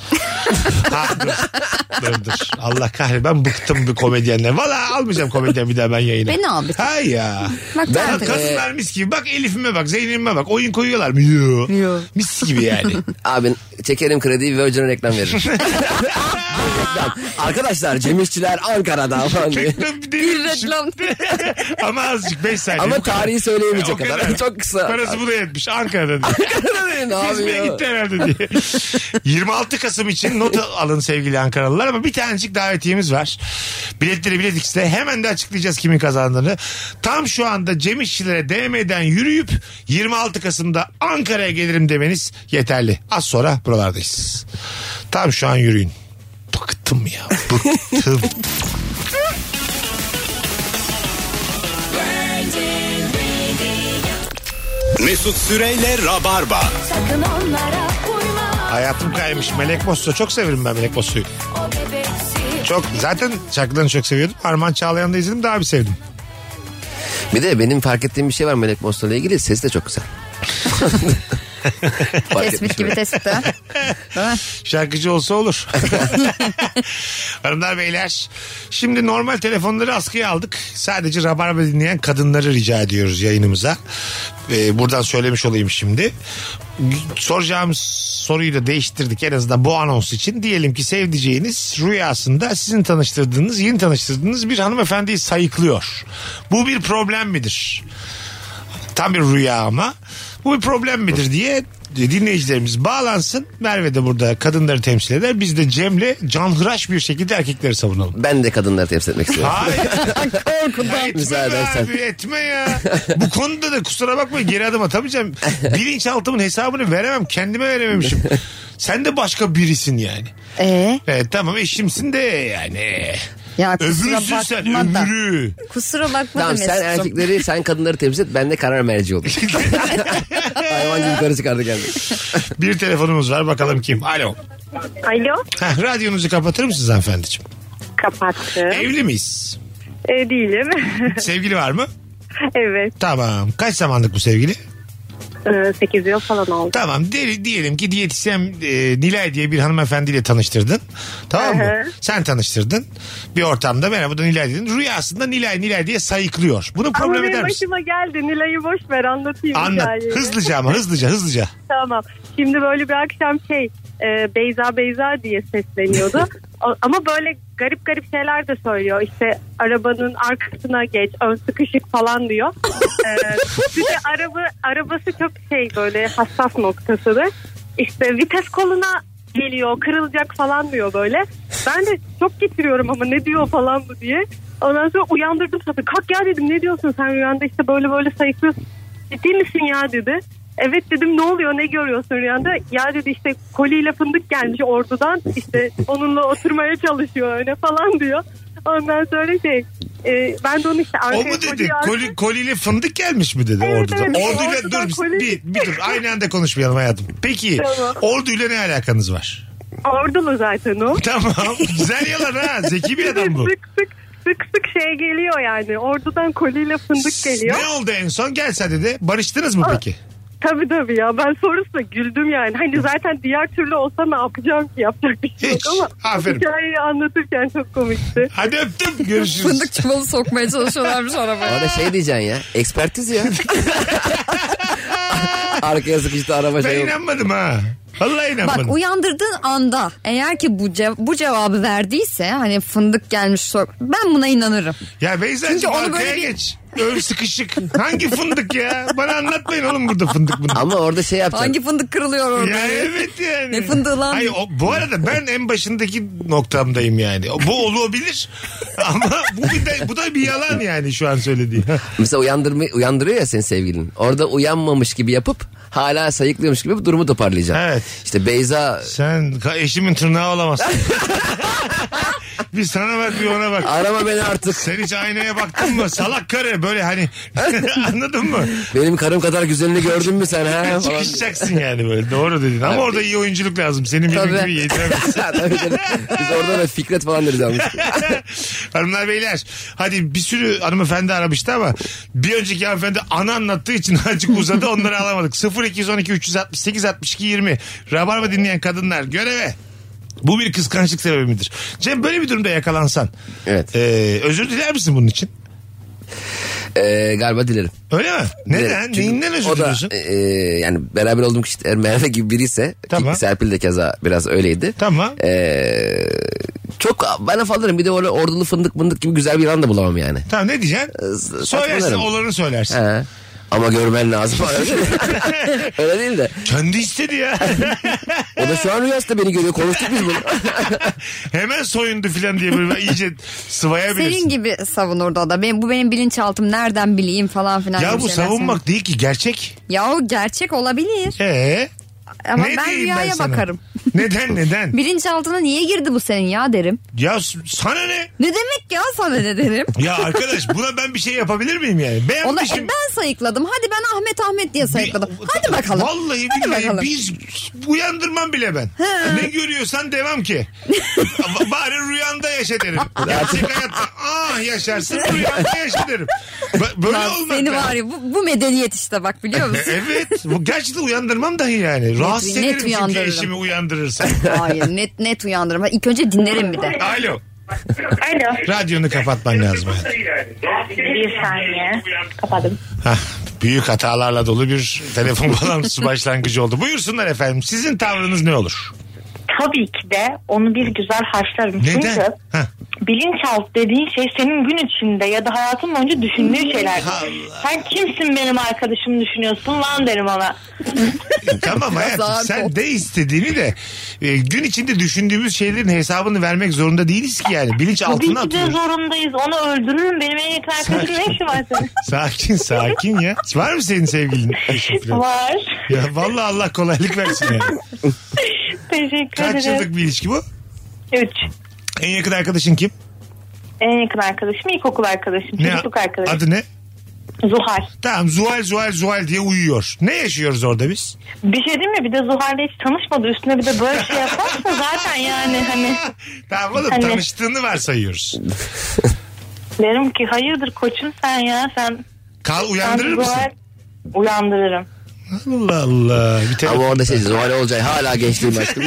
Ha, dur. dur dur. Allah kahretsin. Ben bıktım bir komedyenler. Valla almayacağım komedyen bir daha ben yayına. Beni al bir. Hay ya. Bak Ben, kadınlar mis gibi. Bak Elif'ime bak, Zeynep'ime bak. Oyun koyuyorlar mı? Yok. Yo. Mis gibi yani. Abi çekerim krediyi Virgin'e reklam veririm. Reklam. Arkadaşlar Cem İşçiler Ankara'da falan diye. Bir reklam. Ama azıcık beş saniye. Ama tarihi söyleyemeyecek O kadar. kadar. Çok kısa. Parası buna yetmiş. Ankara'da diye. Ankara'da diye ne Hizmeye yapıyor? gitti herhalde diye. yirmi altı Kasım için not alın sevgili Ankaralılar, ama bir tanecik davetiyemiz var. Biletleri Bilet X'te hemen de açıklayacağız kimin kazandığını. Tam şu anda Cem İşçilere D M'den yürüyüp yirmi altı Kasım'da Ankara'ya gelirim demeniz yeterli. Az sonra buralardayız. Tam şu an yürüyün. Bıktım ya. Bıktım. Mesut Süreyle Rabarba. Sakın onlara uyma. Hayatım kaymış. Melek Mosso. Çok severim ben Melek Mosso'yu. O bebeksi. Çok, zaten şarkılarını çok seviyordum. Armağan Çağlayan'ı da izledim, daha bir sevdim. Bir de benim fark ettiğim bir şey var Melek Mosso'yla ilgili. Sesi de çok güzel. Tespit gibi tespit ha. Şarkıcı olsa olur. Hanımlar beyler, şimdi normal telefonları askıya aldık. Sadece Rabarba dinleyen kadınları rica ediyoruz yayınımıza. Ee, buradan söylemiş olayım şimdi. Soracağım soruyu da değiştirdik en azından bu anons için. Diyelim ki sevdiceğiniz rüyasında sizin tanıştırdığınız, yeni tanıştırdığınız bir hanımefendiyi sayıklıyor. Bu bir problem midir? Tam bir rüya ama. Bu bir problem midir diye dinleyicilerimiz bağlansın. Merve de burada kadınları temsil eder. Biz de Cem'le canhıraş bir şekilde erkekleri savunalım. Ben de kadınları temsil etmek istiyorum. Hayır. Korkudan. Müsaade Etme edersen. abi, etme ya. Bu konuda da kusura bakma, geri adım atamayacağım. Bilinçaltımın hesabını veremem. Kendime verememişim. Sen de başka birisin yani. Ee? Evet tamam, eşimsin de yani. Ya kusura Öbürüsün sen, bakma da. öbürü. Kusura bakma Tamam da sen Mesut'um. erkekleri, sen kadınları temsil et. Ben de karar merci olayım. Hayvan gibi yukarı çıkardı kendini. Bir telefonumuz var, bakalım kim? Alo. Alo. Heh, radyonuzu kapatır mısınız hanımefendiciğim? Kapattım. Evli miyiz? E, değilim. Sevgili var mı? Evet. Tamam. Kaç zamanlık bu sevgili? sekiz yıl falan oldu. Tamam. De, diyelim ki diyetisyen e, Nilay diye bir hanımefendiyle tanıştırdın. Tamam mı? Hı-hı. Sen tanıştırdın. Bir ortamda merhaba da Nilay dedin. Rüyasında Nilay Nilay diye sayıklıyor. Bunu Ama problem benim eder misin? başıma geldi. Nilay'ı boş ver, anlatayım. Anlat. hikayeyi. Hızlıca ama hızlıca hızlıca. Tamam. Şimdi böyle bir akşam şey e, Beyza Beyza diye sesleniyordu. O- ama böyle garip garip şeyler de söylüyor. İşte arabanın arkasına geç, ön sıkışık falan diyor. Ee, bir de araba arabası çok şey, böyle hassas noktasıdır. İşte vites koluna geliyor, kırılacak falan diyor böyle. Ben de çok getiriyorum ama ne diyor falan bu diye. Ondan sonra uyandırdım zaten. Kalk ya dedim, ne diyorsun sen rüyanda, işte böyle böyle sayıklıyorsun. Ciddi misin ya dedi. Evet dedim, ne oluyor, ne görüyorsun rüyanda? Ya dedi işte koliyle fındık gelmiş Ordu'dan, işte onunla oturmaya çalışıyor öyle falan diyor. Ondan sonra şey e, ben de onu işte O arkaya mu dedi? koliyi arka- Koli, koliyle fındık gelmiş mi dedi Evet, Ordu'da? evet, Ordu'yla Ordu'dan dur koli- bir, bir dur aynı anda konuşmayalım hayatım. Peki Tamam. Ordu'yla ne alakanız var? Ordulu zaten o. Tamam. Güzel yalan ha. Zeki bir adam bu. Sık sık sık sık şey geliyor yani. Ordu'dan koliyle fındık geliyor. Ne oldu en son? Gelse dedi. Barıştınız mı peki? Tabii tabii ya, ben sonrasında güldüm yani. Hani zaten diğer türlü olsa ne yapacağım ki, yapacak bir şey Hiç. yok ama Aferin. hikayeyi anlatırken çok komikti. Hadi öptüm, görüşürüz. Fındık çuvalı sokmaya çalışıyorlarmış arabaya. Orada şey diyeceksin ya. Ekspertiz ya. Arkaya sıkıştı araba şey Ben yok. inanmadım ha. Vallahi inanmadım. Bak uyandırdığın anda eğer ki bu cev- bu cevabı verdiyse, hani fındık gelmiş sor, ben buna inanırım. Ya Beyza'cığım Çünkü onu arkaya böyle bir- geç. Ön sıkışık. Hangi fındık ya? Bana anlatmayın oğlum burada fındık bunu. Ama orada şey yapacaksın. Hangi fındık kırılıyor orada? Ya evet yani. Ne fındığı lan? Hayır, o, bu arada ben en başındaki noktamdayım yani. Bu olabilir ama bu bir de, bu da bir yalan yani şu an söylediğin. Mesela uyandırma, uyandırıyor ya senin sevgilin. Orada uyanmamış gibi yapıp hala sayıklıyormuş gibi bu durumu toparlayacaksın. Evet. İşte Beyza... Sen eşimin tırnağı olamazsın. Bir sana bak bir ona bak. Arama beni artık. Sen hiç aynaya baktın mı? Salak karı böyle hani. Anladın mı? Benim karım kadar güzelini gördün mü sen ha? Falan. Çıkışacaksın yani böyle. Doğru dedin. Ama orada iyi oyunculuk lazım. Senin bildiğin Tabii. gibi yediremezsin. Tabii canım. Biz orada da Fikret falan deriz almış. Hanımlar beyler. Hadi bir sürü hanımefendi aramıştı ama bir önceki hanımefendi ana anlattığı için azıcık uzadı. Onları alamadık. sıfır iki on iki üç altı sekiz altmış iki yirmi Rabarba dinleyen kadınlar göreve. Bu bir kıskançlık sebebi midir? Cem, böyle bir durumda yakalansan. Evet. E, özür diler misin bunun için? Ee, galiba dilerim. Öyle mi? Neden? Çünkü Neyinden özür o da, diliyorsun? e, yani beraber olduğum kişi eğer Merve gibi biri ise, tamam. ki Serpil de keza biraz öyleydi. Tamam. Ee, çok ben laf alırım. Bir de öyle ordulu fındık mındık gibi güzel bir an da bulamam yani. Tamam, ne diyeceksin? Ee, Söylersin, olanı söylersin. He. Ama görmen lazım. Öyle değil de. Kendi istedi ya. O da şu an rüyasında beni görüyor. Konuştuk biz bunu. Hemen soyundu falan diye böyle iyice sıvayabilirsin. Senin gibi savunurdu o da. Benim, bu benim bilinçaltım, nereden bileyim falan filan. Ya bu savunmak söylüyor. değil ki, gerçek. Ya o gerçek olabilir. Ee? Ama ne ben rüyaya ben bakarım. Neden neden? Bilinçaltına niye girdi bu senin ya derim. Ya sana ne? Ne demek ya sana ne derim? Ya arkadaş, buna ben bir şey yapabilir miyim yani? Ben Ona, şey... e, ben sayıkladım. Hadi ben Ahmet Ahmet diye sayıkladım. Hadi bakalım. Vallahi Hadi billahi bakalım. biz uyandırmam bile ben. Ne görüyorsan devam ki. Bari rüyanda yaşa derim. Gerçek hayatta ah yaşarsın, rüyanda yaşa derim. Böyle Lan olmak seni lazım. var ya, bu, bu medeniyet işte bak, biliyor musun? Evet. Bu gerçekten uyandırmam dahi yani. Rahatsız net ederim çünkü uyandırırım. eşimi uyandırırsam. Hayır, net net uyandırırım. İlk önce dinlerim bir de. Alo. Alo. Radyonu kapatman lazım. Bir saniye. Kapadım. Hah, büyük hatalarla dolu bir telefon bağlantısı başlangıcı oldu. Buyursunlar efendim. Sizin tavrınız ne olur? Tabii ki de onu bir güzel haşlarım. Neden? Çünkü Heh. bilinçaltı dediğin şey senin gün içinde ya da hayatın boyunca düşündüğün şeyler. Sen kimsin benim arkadaşımı düşünüyorsun lan derim ona. Tamam hayatım, sen de istediğini de e, gün içinde düşündüğümüz şeylerin hesabını vermek zorunda değiliz ki yani. Bilinç Tabii altına ki de atıyoruz. zorundayız. Onu öldürürüm. Benim en yakın arkadaşım ne işi var senin? Sakin sakin ya. Var mı senin sevgilin? eşin falan? Var. Ya vallahi Allah kolaylık versin yani. Teşekkür Kaç ederim. yıllık bir ilişki bu? Üç. En yakın arkadaşın kim? En yakın arkadaşım ilkokul arkadaşım. Ne? Çocukluk arkadaşım. Adı ne? Zuhal. Tamam, Zuhal Zuhal Zuhal diye uyuyor. Ne yaşıyoruz orada biz? Bir şey değil mi? Bir de Zuhal'le hiç tanışmadı. Üstüne bir de böyle şey yaparsa zaten yani hani. Tamam oğlum, hani... tanıştığını varsayıyoruz. Derim ki hayırdır koçum sen ya sen. Kal uyandırır mısın? Zuhal... Uyandırırım. Allah Allah. Bir Ama orada şey Zuhal Olcay hala gençliğim aşkım.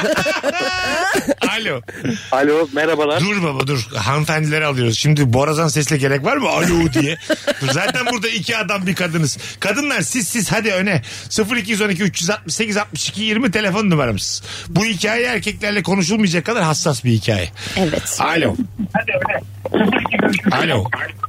Alo. Alo, merhabalar. Dur baba dur. Hanımefendileri alıyoruz. Şimdi borazan sesle gerek var mı? Alo diye. Dur, zaten burada iki adam bir kadınız. Kadınlar siz siz hadi öne. sıfır iki on iki üç altı sekiz altmış iki yirmi telefon numaramız. Bu hikaye erkeklerle konuşulmayacak kadar hassas bir hikaye. Evet. Alo. Alo.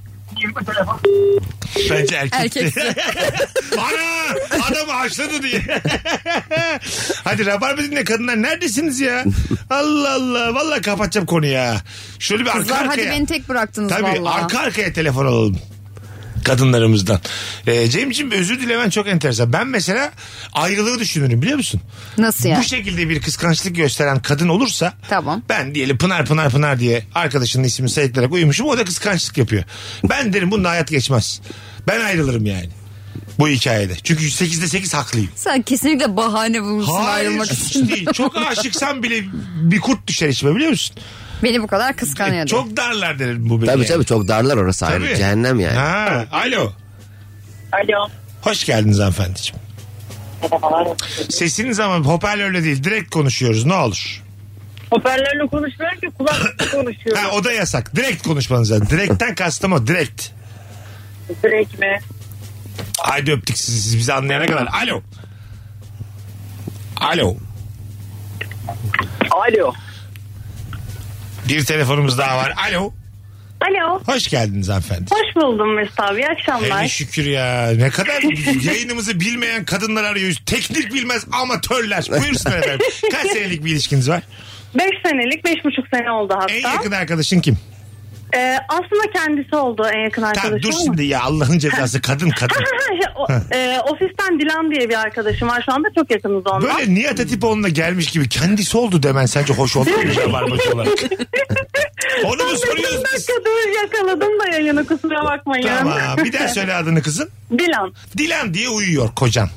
Bence erkek. Erkeksin. Ana adamı haşladı diye. Hadi Rabarba dinle kadınlar, neredesiniz ya? Allah Allah. Vallahi kapatacağım konuyu ya. Şöyle bir Kızlar arka hadi arkaya. beni tek bıraktınız Tabii vallahi. arka arkaya telefon alalım. Kadınlarımızdan. Ee, Cemciğim, özür dilemen çok enteresan. Ben mesela ayrılığı düşünürüm, biliyor musun? Nasıl yani? Bu şekilde bir kıskançlık gösteren kadın olursa, tamam. Ben diyelim Pınar Pınar Pınar diye arkadaşının ismini sayıklayarak uyumuşum, o da kıskançlık yapıyor. Ben derim bununla hayat geçmez. Ben ayrılırım yani bu hikayede. Çünkü sekizde sekiz haklıyım. Sen kesinlikle bahane bulmuşsun ayrılmak Hayır için. değil. Çok aşıksan bile bir kurt düşer içime, biliyor musun? Beni bu kadar kıskanıyordu. Çok darlar derim bu beni. Tabii yani. tabii çok darlar orası ayrı. Tabii. Cehennem yani. Ha, alo. Alo. Hoş geldiniz hanımefendiciğim. Merhabalar. Sesiniz ama hoparlörle değil, direkt konuşuyoruz, ne olur. Hoparlörle konuşmuyorum ki kulaklıkla konuşuyorum. Ha, o da yasak. Direkt konuşmanız lazım. Direkten kastım o, direkt. Direkt mi? Haydi öptük sizi, siz bizi anlayana kadar. Alo. Alo. Alo. Bir telefonumuz daha var. Alo. Alo. Hoş geldiniz hanımefendi. Hoş buldum Mesut abi. İyi akşamlar. Hele şükür ya. Ne kadar yayınımızı bilmeyen kadınlar arıyoruz. Teknik bilmez amatörler. Buyursunlar efendim. Kaç senelik bir ilişkiniz var? Beş senelik, beş buçuk sene oldu hatta. En yakın arkadaşın kim? Ee, aslında kendisi oldu en yakın arkadaşım. Tamam dur ama. şimdi ya, Allah'ın cezası, kadın kadın. o, e, ofisten Dilan diye bir arkadaşım var şu anda, çok yakınız onunla. Böyle Nihat Hatipoğlu'na gelmiş gibi kendisi oldu demen sence hoş olur mu Rabarbacı olarak? Onu mu soruyoruz Bir biz? dakika dur, yakaladım da yayını, kusura bakmayın. Tamam, bir daha söyle adını kızın. Dilan. Dilan diye uyuyor kocan.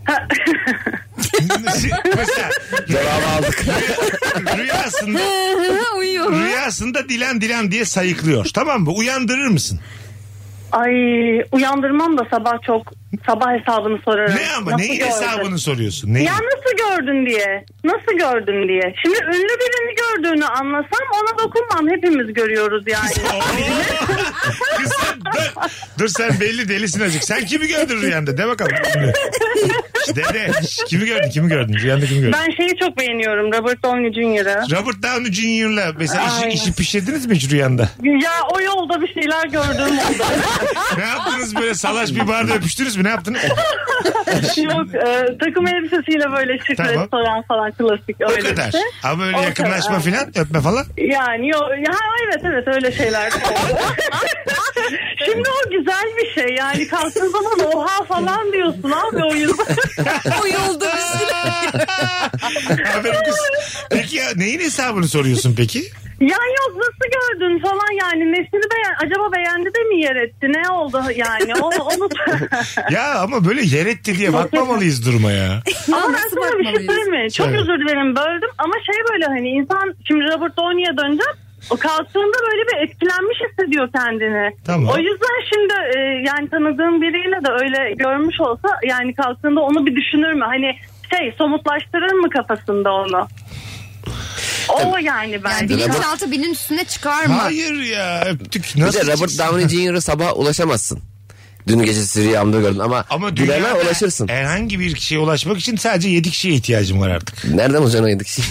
Mesela cevabı aldık. Rüyasında Uyuyor. Rüyasında Dilan Dilan diye sayıklıyor. Tamam mı? Uyandırır mısın? Ay uyandırmam da sabah çok sabah hesabını sorarım. Ne ama Nasıl neyin gördün? hesabını soruyorsun? Neyin? Ya nasıl gördün diye. Nasıl gördün diye. Şimdi ünlü birini gördüğünü anlasam ona dokunmam. Hepimiz görüyoruz yani. Kız sen dur. Dur sen belli delisin azıcık. Sen kimi gördün rüyanda? De bakalım. De de. Kimi gördün? Kimi gördün? Rüyanda kimi gördün? Ben şeyi çok beğeniyorum. Robert Downey Junior'ı. Robert Downey Junior'la mesela işi, Ay. işi pişirdiniz mi hiç rüyanda? Ya o yolda bir şeyler gördüm orada. Ne yaptınız böyle salaş bir barda öpüştünüz mü? Ne yaptınız? Yok e, takım elbisesiyle böyle şık Tamam. restoran falan klasik O öyle kadar. bir şey. Ama böyle O yakınlaşma kadar. falan öpme falan. Yani yok ya evet evet öyle şeyler. Şimdi o güzel bir şey yani kalktığın zaman oha falan diyorsun abi o yüzden. O yolda bir şeyler. Aferin kız. Peki ya neyin hesabını soruyorsun peki? Ya yok nasıl gördün falan yani nesini beğen acaba beğendi de mi yer etti ne oldu yani onu, onu... Ya ama böyle yer etti diye bakmamalıyız duruma ya. Ama ben sana bir şey söyleyeyim mi? Çok Söyle. özür dilerim böldüm ama şey böyle hani insan şimdi Robert Downey'e döneceğim. O kalktığında böyle bir etkilenmiş hissediyor kendini. Tamam. O yüzden şimdi e, yani tanıdığım biriyle de öyle görmüş olsa yani kalktığında onu bir düşünür mü? Hani şey somutlaştırır mı kafasında onu? O yani ben. Yani bilinçaltı binin üstüne çıkar mı? Hayır ya öptük. Bir Nasıl de Robert çıksın? Downey Junior'ı sabah ulaşamazsın. Dün gecesi rüyamda gördüm ama, Ama Bilal'e dünyada ulaşırsın. herhangi bir kişiye ulaşmak için sadece yedi kişiye ihtiyacım var artık. Nereden bulacaksın o yedi kişi?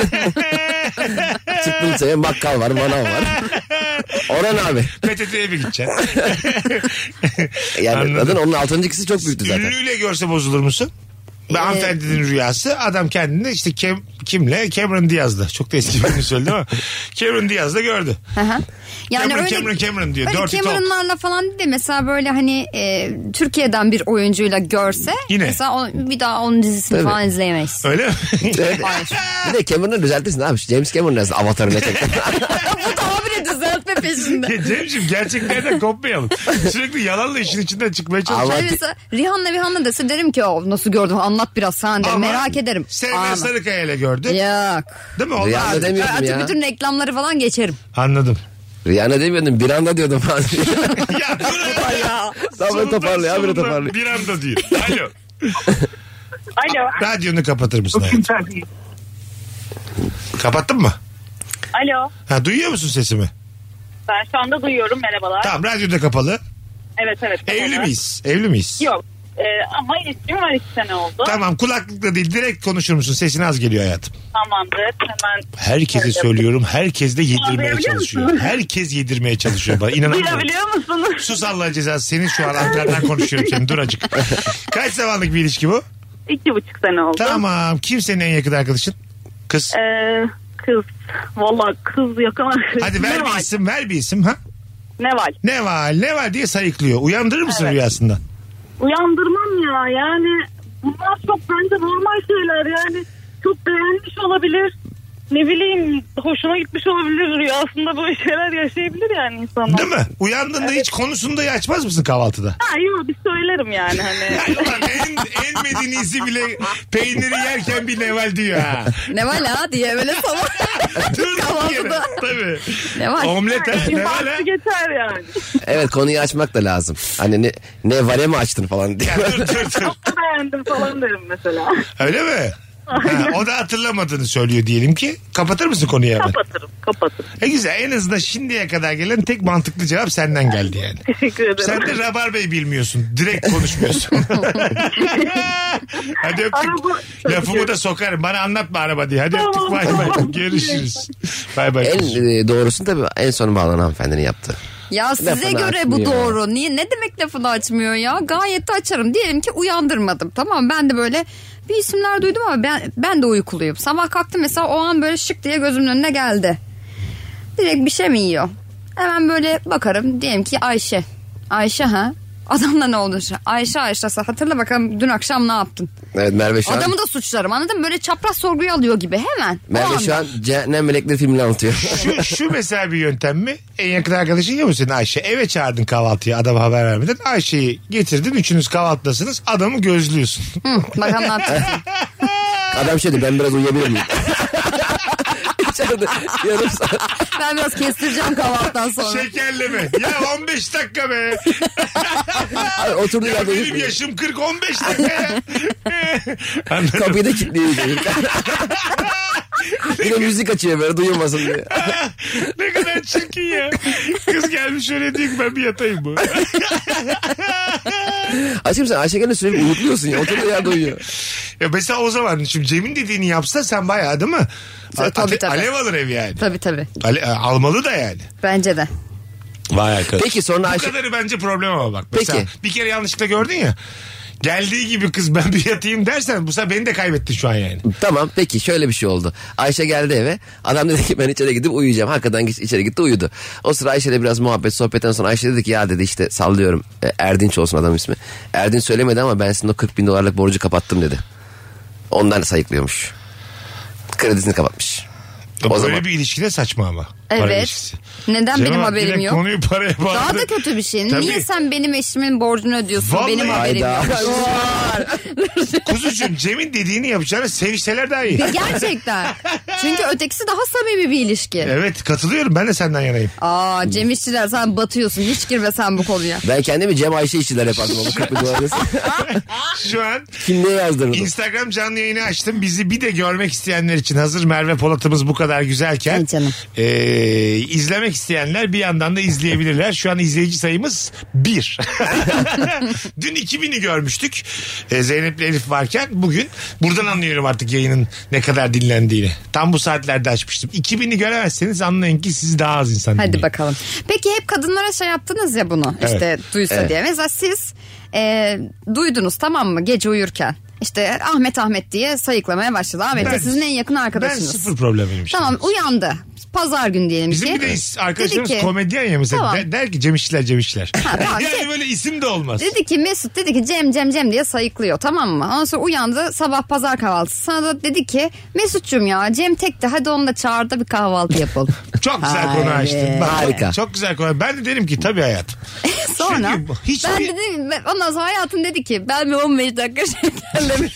Çıktım senin bakkal var, manav var. Orhan abi. P T T'ye mi gideceksin? Yani Anladım. zaten onun altıncı kişisi çok büyüktü zaten. Ünlüyle görse bozulur musun? Ben hanımefendinin rüyası adam kendini işte Kem, kimle Cameron Diaz'da çok da eski birini söyledi ama Cameron Diaz'da gördü. Hı hı. Yani Cameron, öyle, Cameron Cameron diyor. öyle Dirty Talk. Cameron'larla falan değil de mesela böyle hani e, Türkiye'den bir oyuncuyla görse Yine. mesela o, bir daha onun dizisini Tabii. falan izleyemeyiz. Öyle mi? Evet. Bir de Cameron'ı düzeltirsin abi. James Cameron nasıl avatarı ne tek. Bu tabiri düzeltme peşinde. Ya Cemciğim gerçeklerden kopmayalım. Sürekli yalanla işin içinden çıkmaya çalışıyoruz. Hayır mesela Rihanna Rihanna dese derim ki o nasıl gördün anlat biraz sen de Ama merak ederim. Sevme Ama. Sarıkaya ile gördü. Yok. Değil mi? Onlar Rihanna artık- demiyordum Artık ya. bütün reklamları falan geçerim. Anladım. Rihanna demiyordum bir anda diyordum falan. Ya dur Ya. Daha böyle toparlıyor abi sonunda toparlıyor. Bir anda diyor. Alo. Alo. Radyonu kapatır mısın hayatım? Kapattın mı? Alo. Ha, duyuyor musun sesimi? Ben şu anda duyuyorum merhabalar. Tamam radyo da kapalı. Evet evet. Evli miyiz? Evli miyiz? Yok. Ee, ama ilişkim var iki sene oldu. Tamam kulaklıkla değil direkt konuşur musun? Sesin az geliyor hayatım. Tamamdır. Hemen. Herkese söylüyorum. Herkes de yedirmeye Anlayabiliyor çalışıyor. musun? Herkes yedirmeye çalışıyor bana. İnanamıyorum. Duyabiliyor musunuz? Sus Allah cezası. Senin şu an Ankara'dan konuşuyorum seni. Dur acık. Kaç zamanlık bir ilişki bu? İki buçuk sene oldu. Tamam. Kim senin en yakın arkadaşın? Kız. Ee, kız. Valla kız yakın arkadaşım. Hadi ver bir Neval. isim. Ver bir isim. Ha? Neval. Ne var? Ne var diye sayıklıyor. Uyandırır mısın Evet. rüyasından? Uyandırmam ya yani bunlar çok bence normal şeyler yani çok beğenmiş olabilir ne bileyim hoşuna gitmiş olabilir rüyasında böyle şeyler yaşayabilir yani insanlar. Değil mi? Uyandığında hiç konusunu da açmaz mısın kahvaltıda? Ha yok bir söylerim yani hani. Ay ulan en, en medinisi bile peyniri yerken bir neval diyor ha. Ne var la diye böyle sabah. Dur Kahvaltıda. Tabii. Ne var? Omlet ha. Bir Ne var ha? farklı geçer yani. Evet konuyu açmak da lazım. Hani ne, ne vale mi açtın falan diye. Ya dur dur dur. Çok da beğendim falan derim mesela. Öyle mi? Ha, o da hatırlamadığını söylüyor diyelim ki. Kapatır mısın konuyu hemen? Kapatırım kapatırım. E güzel en azından şimdiye kadar gelen tek mantıklı cevap senden geldi yani. Teşekkür ederim. Sen de Rabar Bey bilmiyorsun. Direkt konuşmuyorsun. Hadi öptük. Araba- Lafımı da sokarım. Bana anlatma araba diye. Hadi öptük. Tamam, Bay bay. tamam. Görüşürüz. Bay bay. En e, doğrusunu tabii en son bağlanan hanımefendinin yaptı. Ya size Lafını göre bu açmıyor. doğru. Niye ne demek lafını açmıyor ya? Gayet de açarım. Diyelim ki uyandırmadım. Tamam ben de böyle bir isimler duydum ama ben ben de uykuluyum. Sabah kalktım mesela o an böyle şık diye gözümün önüne geldi. Direkt bir şey mi yiyor? Hemen böyle bakarım. Diyelim ki Ayşe. Ayşe ha? Adamla ne oldu? Ayşe Ayşe hatırla bakalım dün akşam ne yaptın? Evet Merve şu an. Adamı da suçlarım anladın mı? Böyle çapraz sorguya alıyor gibi hemen. O Merve anda. şu an Cehennem Melekleri filmini anlatıyor. Şu, şu mesela bir yöntem mi? En yakın arkadaşın ya mı senin Ayşe? Eve çağırdın kahvaltıya adama haber vermeden. Ayşe'yi getirdin. Üçünüz kahvaltıdasınız. Adamı gözlüyorsun. Hı, bakalım ne yapacaksın? Adam şey diyor ben biraz uyuyabilir miyim? içeride yarım saat. Ben biraz kestireceğim kahvaltıdan sonra. Şekerleme. Ya on beş dakika be. Abi oturduğu Ya yerde benim uyutmuyor. yaşım kırk on beş dakika ya. Kapıyı da kilitliyor. Bir de müzik açıyor böyle duyulmasın diye. Ne kadar çirkin ya. Kız gelmiş öyle diyor ki ben bir yatayım bu. Aşkım sen Ayşegen'e sürekli uyutluyorsun ya. Oturduğu yerde uyuyor. Ya mesela o zaman şimdi Cem'in dediğini yapsa sen bayağı değil mi? Tabii, tabii, tabii. Alev alır ev yani. Tabii tabii. Ale, almalı da yani. Bence de. Vay arkadaş. Peki sonra Ayşe... Bu kadarı bence problem ama bak. Mesela Peki. bir kere yanlışlıkla gördün ya. Geldiği gibi kız ben bir yatayım dersen bu sefer beni de kaybettin şu an yani. Tamam peki şöyle bir şey oldu. Ayşe geldi eve. Adam dedi ki ben içeri gidip uyuyacağım. Hakikaten içeri gitti uyudu. O sıra Ayşe'yle biraz muhabbet sohbetten sonra Ayşe dedi ki ya dedi işte sallıyorum. E, Erdinç olsun adam ismi. Erdinç söylemedi ama ben sizin o kırk bin dolarlık borcu kapattım dedi. Ondan sayıklıyormuş. Kredisini kapatmış. O o Böyle zaman... bir ilişkide saçma ama. Para Evet. ilişkisi. Neden Cem benim abi, haberim direkt yok? Konuyu paraya bağladı. Daha da kötü bir şey. Tabii. Niye sen benim eşimin borcunu ödüyorsun? Vallahi Benim haberim hayda. yok. Kuzucuğum Cem'in dediğini yapacağına sevişseler daha iyi. Gerçekten. Çünkü ötekisi daha samimi bir ilişki. Evet katılıyorum ben de senden yanayım. Aa Cem İşçiler sen batıyorsun. Hiç girme sen bu konuya. Ben kendimi Cem Ayşe işçiler yapardım. Onu kırk bin dolar Şu an kimliğe yazdırdım. Instagram canlı yayını açtım. Bizi bir de görmek isteyenler için hazır Merve Polat'ımız bu kadar güzelken Ay canım. e, izlemek isteyenler bir yandan da izleyebilirler. Şu an izleyici sayımız bir. Dün iki bini görmüştük. E, Zeynep'le Elif varken bugün buradan anlıyorum artık yayının ne kadar dinlendiğini. Tam bu saatlerde açmıştım. iki bini göremezseniz anlayın ki sizi daha az insan Hadi dinliyor. bakalım. Peki hep kadınlara şey yaptınız ya bunu. Evet. İşte duysa Evet. diye. Mesela siz e, duydunuz tamam mı gece uyurken. İşte Ahmet Ahmet diye sayıklamaya başladı. Ahmet Ben- de sizin en yakın Ben arkadaşınız. sıfır problemiyim. şimdi. Tamam uyandı. Pazar günü diyelim Bizim ki. bir de is- arkadaşlarımız Dedi ki- komedyen ya mesela Tamam. der, der ki Cem İşçiler Cem İşçiler. Ha, tamam. Yani Cem- böyle isim de olmaz. Dedi ki Mesut dedi ki Cem Cem Cem diye sayıklıyor tamam mı? Ondan sonra uyandı sabah pazar kahvaltısı. Sana da dedi ki Mesut'cum ya Cem tekti hadi onu da çağır da bir kahvaltı yapalım. Çok güzel Hayır. konu açtın. Bak, Harika. Çok güzel konu. Ben de derim ki tabii hayatım. Sonra Çünkü hiç ben bir- dedim ondan sonra hayatım dedi ki ben bir on beş dakika şekerleme.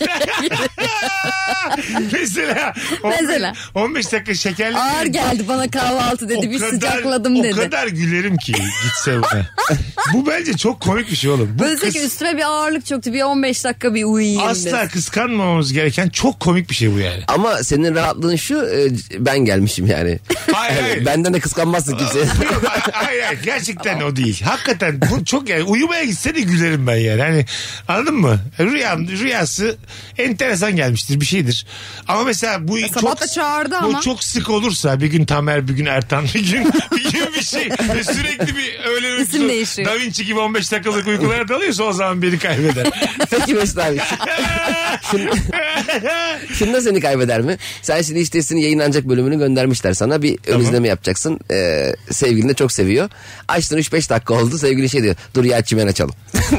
Mesela, Mesela. on beş dakika şekerli. Ağır geldi bana kahvaltı dedi bir sıcakladım dedi. O kadar gülerim ki gitse buna. Bu bence çok komik bir şey oğlum. Bu Böyle kız ki üstüme bir ağırlık çöktü bir on beş dakika bir uyuyayım asla dedi. kıskanmamamız gereken çok komik bir şey bu yani. Ama senin rahatlığın şu e, ben gelmişim yani. Hayır, hayır. Benden de kıskanmazsın kimse. Yok, hayır hayır gerçekten o değil. Hakikaten bu çok yani uyumaya gitse de gülerim ben yani. Hani anladın mı? Rüya, rüyası enteresan gelmiştir bir şeydir. Ama mesela bu sabah çok, da çağırdı bu ama. çok sık olursa bir gün Tamer bir gün Ertan bir gün bir gün bir şey ve sürekli bir öğle İsim değişiyor. Da Vinci gibi on beş dakikalık uykulara dalıyorsa o zaman beni kaybeder. Peki Mesut abi. Şun, şunda seni kaybeder mi? Sen şimdi işte yayınlanacak bölümünü göndermişler sana. Bir ön Tamam. izleme yapacaksın. Ee, sevgilin de çok seviyor. Açtın üç beş dakika oldu. Sevgili şey diyor. Dur ya çimen açalım.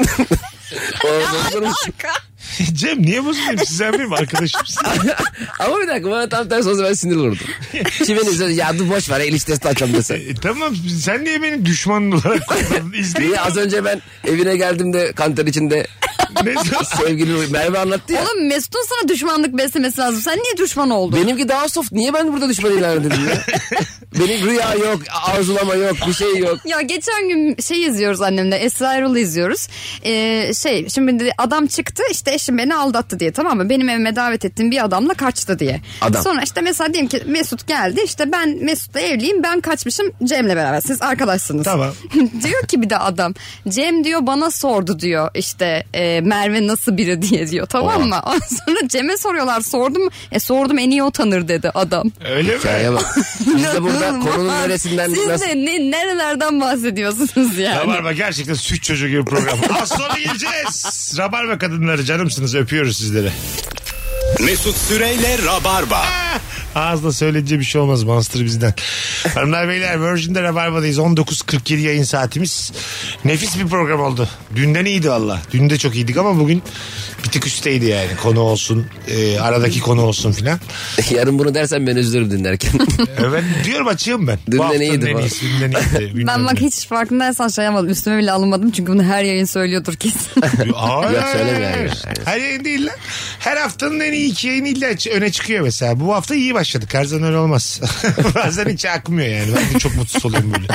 O- Cem niye bozuyorsun? Siz sen benim arkadaşımsın. Ama bir dakika bana tam tersi olsa ben sinir olurdum. Çimen izliyor. Ya dur boş ver. El iştesi açalım desen. E, tamam sen niye benim düşmanın olarak kullandın? İzleyin. Niye az önce ben evine geldiğimde kanter içinde Ne sevgili Merve anlattı ya. Oğlum Mesut'un sana düşmanlık beslemesi lazım. Sen niye düşman oldun? Benimki daha soft. Niye ben burada düşman ilan edildim ya? Benim rüya yok, arzulama yok, bir şey yok. Ya geçen gün şey izliyoruz annemle Esra Erol'u izliyoruz. Ee, şey şimdi adam çıktı işte eşim beni aldattı diye tamam mı? Benim evime davet ettiğim bir adamla kaçtı diye. Adam. Sonra işte mesela diyelim ki Mesut geldi işte ben Mesut'la evliyim ben kaçmışım Cem'le beraber siz arkadaşsınız. Tamam. Diyor ki bir de adam Cem diyor bana sordu diyor işte e, Merve nasıl biri diye diyor tamam Oha. mı? Ondan sonra Cem'e soruyorlar sordum e sordum en iyi o tanır dedi adam. Öyle mi? Hikayeye bak. Biz de burada konunun neresinden Siz nasıl... de ne, nerelerden bahsediyorsunuz yani? Rabarba gerçekten süt çocuğu gibi program. Az sonra geleceğiz. Rabarba kadınları canımsınız öpüyoruz sizleri. Mesut Süreyle Rabarba. Ağızla söyleyince bir şey olmaz Monster bizden. Hanımlar beyler Virgin'de Rabarba'dayız. on dokuz kırk yedi yayın saatimiz. Nefis bir program oldu. Dünden iyiydi valla. Dün de çok iyiydik ama bugün bir tık üstteydi yani. Konu olsun, e, aradaki konu olsun filan. Yarın bunu dersen ben üzülürüm dinlerken. Evet diyorum açığım ben. Dünden Bu haftanın iyiydi en bu. iyisi. Dünden iyiydi. Bilmem Ben bak ne. hiç farkındaysan şey yapmadım. Üstüme bile alınmadım çünkü bunu her yayın söylüyordur kesin. Hayır, Yok, söyleme yani. hayır. Her yayın değil lan. Her haftanın en iyi iki yayını illa öne çıkıyor mesela. Bu hafta iyi başladık. Her zaman öyle olmaz. Bazen hiç akmıyor yani. Ben de çok mutsuz oluyorum böyle.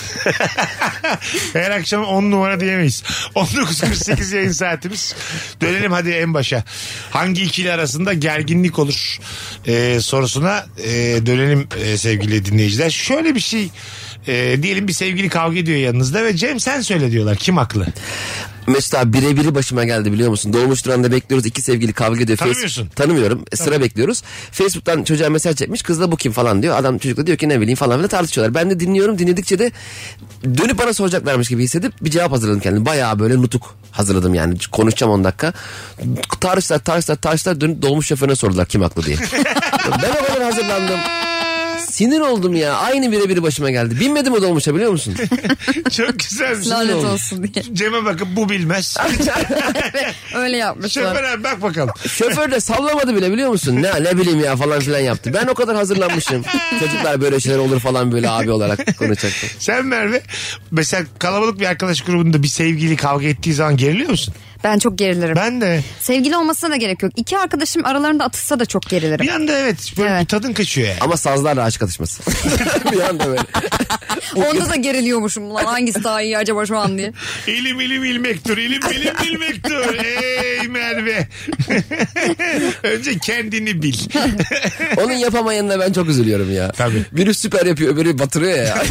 Her akşam on numara diyemeyiz. on dokuz kırk sekiz yayın saatimiz. Dönelim hadi en başa. Hangi ikili arasında gerginlik olur ee, sorusuna e, dönelim e, sevgili dinleyiciler. Şöyle bir şey e, diyelim bir sevgili kavga ediyor yanınızda ve Cem sen söyle diyorlar. Kim haklı? Mesut abi birebiri başıma geldi biliyor musun? Dolmuş durağında bekliyoruz, iki sevgili kavga ediyor. Tanımıyorsun. Face... Tanımıyorum. Sıra Tamam. bekliyoruz. Facebook'tan çocuğa mesaj çekmiş. Kız da bu kim falan diyor. Adam çocuk da diyor ki ne bileyim falan filan tartışıyorlar. Ben de dinliyorum. Dinledikçe de dönüp bana soracaklarmış gibi hissedip bir cevap hazırladım kendime. Bayağı böyle nutuk hazırladım yani. Konuşacağım on dakika. Tartışlar tartışlar tartışlar dönüp dolmuş şoförüne sordular kim haklı diye. Ben o kadar hazırlandım. Sinir oldum ya. Aynı birebiri başıma geldi. Binmedim o dolmuşa biliyor musun? Çok güzelmiş. Lanet olsun diye. Cem'e bakıp bu bilmez. Öyle yapmışlar. Şoför abi bak bakalım. Şoför de sallamadı bile biliyor musun? Ne ne bileyim ya falan filan yaptı. Ben o kadar hazırlanmışım. Çocuklar böyle şeyler olur falan böyle abi olarak konuşacaktım. Sen Merve mesela kalabalık bir arkadaş grubunda bir sevgili kavga ettiği zaman geriliyor musun? Ben çok gerilirim. Ben de. Sevgili olmasına da gerek yok. İki arkadaşım aralarında atışsa da çok gerilirim. Bir anda evet böyle Evet. bir tadın kaçıyor yani. Ama sazlarla aşk atışması. Bir anda böyle. Onda da geriliyormuşum. Lan hangisi daha iyi acaba şu an diye. İlim ilim ilmektir, ilim bilim bilmektir. Ey Merve. Önce kendini bil. Onun yapamayanına ben çok üzülüyorum ya. Tabii. Biri süper yapıyor öbürü batırıyor ya.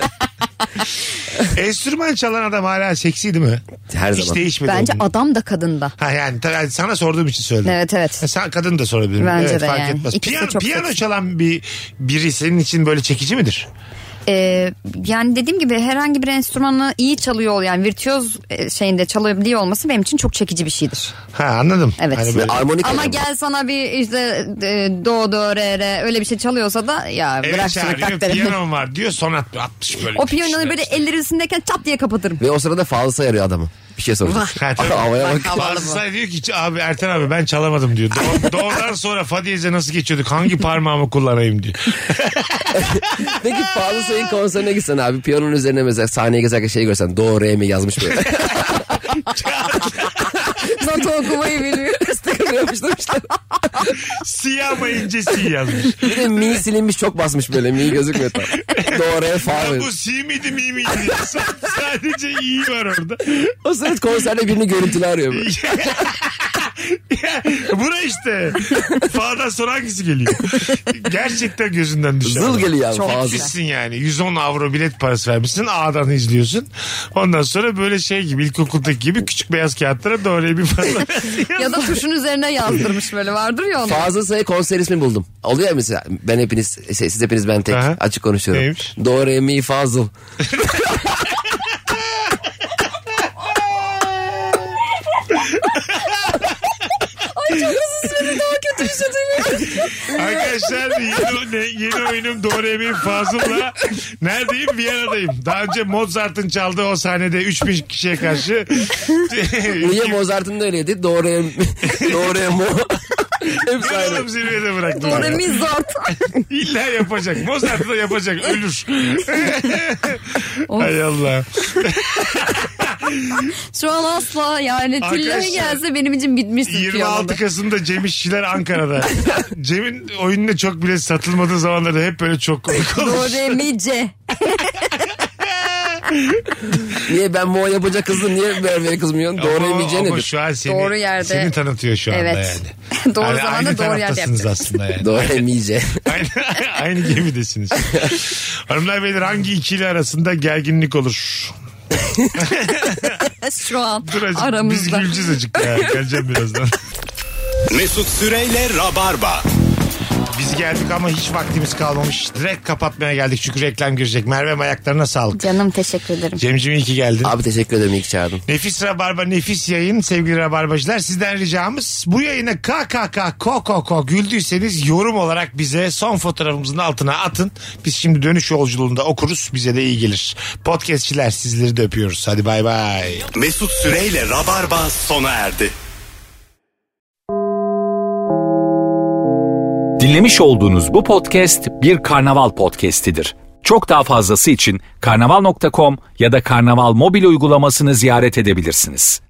Enstrüman çalan adam hala seksi değil mi? Her Hiç zaman. değişmedi. Bence onun. adam da kadın da. Ha yani tabii sana sorduğum için söyledim. Evet evet. Ha, sen kadın da sorabilirim. Bence evet, de fark yani. etmez. İkisi de Piyano, çok piyano seksi. çalan bir biri senin için böyle çekici midir? Ee, yani dediğim gibi herhangi bir enstrümanı iyi çalıyor yani virtüöz e, şeyinde çalabiliyor olması benim için çok çekici bir şeydir. Ha anladım. Evet. Hani böyle- Armonik Ama adam. gel sana bir işte e, do do re re öyle bir şey çalıyorsa da ya Evet bırak şunu çağırıyor, karakterimi. piyanom var diyor sonat atmış böyle. O piyanoyu böyle elleri üstündeyken çat diye kapatırım. Ve o sırada fazlası arıyor adamı. Bir şey soracak. Ha, tabii. Havaya bak. Bazısı diyor ki abi Erten abi ben çalamadım diyor. Do- doğrudan sonra fa diyeze nasıl geçiyorduk hangi parmağımı kullanayım diyor. Peki Fazıl Say'ın konserine gitsen abi piyanonun üzerine mesela sahneye gezerken şey görsen do re mi yazmış böyle. Not okumayı bilmiyor. Sticker yapıştırmışlar. Siyah ama ince si yazmış. Bir de mi silinmiş çok basmış böyle mi gözükmüyor tam. Do re fa. Ya bu si miydi mi miydi? S- Sadece iyi var orada. O sırada konserde birini görüntülü arıyor böyle. Ya, bura işte. Fa'dan sonra hangisi geliyor? Gerçekten gözünden düşüyor. Zıl geliyor abi Fazıl. Gitmişsin yani. yüz on avro bilet parası vermişsin. A'dan izliyorsun. Ondan sonra böyle şey gibi ilkokuldaki gibi küçük beyaz kağıtlara doğru bir falan. Ya da tuşun üzerine yazdırmış böyle vardır ya onu. Fazıl Say'ı konser ismi buldum. Oluyor ya mesela ben hepiniz şey, siz hepiniz ben tek Aha. açık konuşuyorum. Neymiş? Do re mi Fazıl. Ay çok uzun süredir daha kötü bir şey duymuyorum. Arkadaşlar yeni, ne- yeni oyunum Doğru Emin Fazıl'la neredeyim? Viyana'dayım. Daha önce Mozart'ın çaldığı o sahnede üç bin kişiye karşı Niye Mozart'ın da öyleydi? Do re Do re mo. Hepsi ben ayrı. oğlum zirvede bıraktım. Doğru mizart. İlla yapacak. Mozart da yapacak. Ölür. Hay Allah. Şu an asla yani tillahı Arkadaşlar, gelse benim için bitmişsin yirmi piyanoda. altı Kasım'da Cem İşçiler Ankara'da. Cem'in oyununa çok bile satılmadığı zamanlarda hep böyle çok komik olmuş. Doğru mice. Niye ben mo yapacak kızım niye Merve'ye kızmıyorsun? Doğru Ama- emice ama nedir? şu an seni, Doğru yerde. seni tanıtıyor şu anda Evet. yani. Doğru Yani zamanda aynı doğru yerde taraftasınız yapacak. aslında yani. Doğru emice. aynı, aynı gemidesiniz. Hanımlar beyler hangi ikili arasında gerginlik olur? Şu an Dur azıcık, biz aramızda. güleceğiz azıcık ya. Geleceğim birazdan. Mesut Süreyle Rabarba. Biz geldik ama hiç vaktimiz kalmamış. Direkt kapatmaya geldik çünkü reklam girecek. Merve'm ayaklarına sağlık. Canım teşekkür ederim. Cemciğim iyi ki geldin. Abi teşekkür ederim iyi ki çağırdın. Nefis Rabarba, nefis yayın sevgili Rabarbacılar. Sizden ricamız bu yayına K K K ko ko ko güldüyseniz yorum olarak bize son fotoğrafımızın altına atın. Biz şimdi dönüş yolculuğunda okuruz. Bize de iyi gelir. Podcastçiler sizleri de öpüyoruz. Hadi bay bay. Mesut Süreyle Rabarba sona erdi. Dinlemiş olduğunuz bu podcast bir karnaval podcastidir. Çok daha fazlası için karnaval nokta com ya da karnaval mobil uygulamasını ziyaret edebilirsiniz.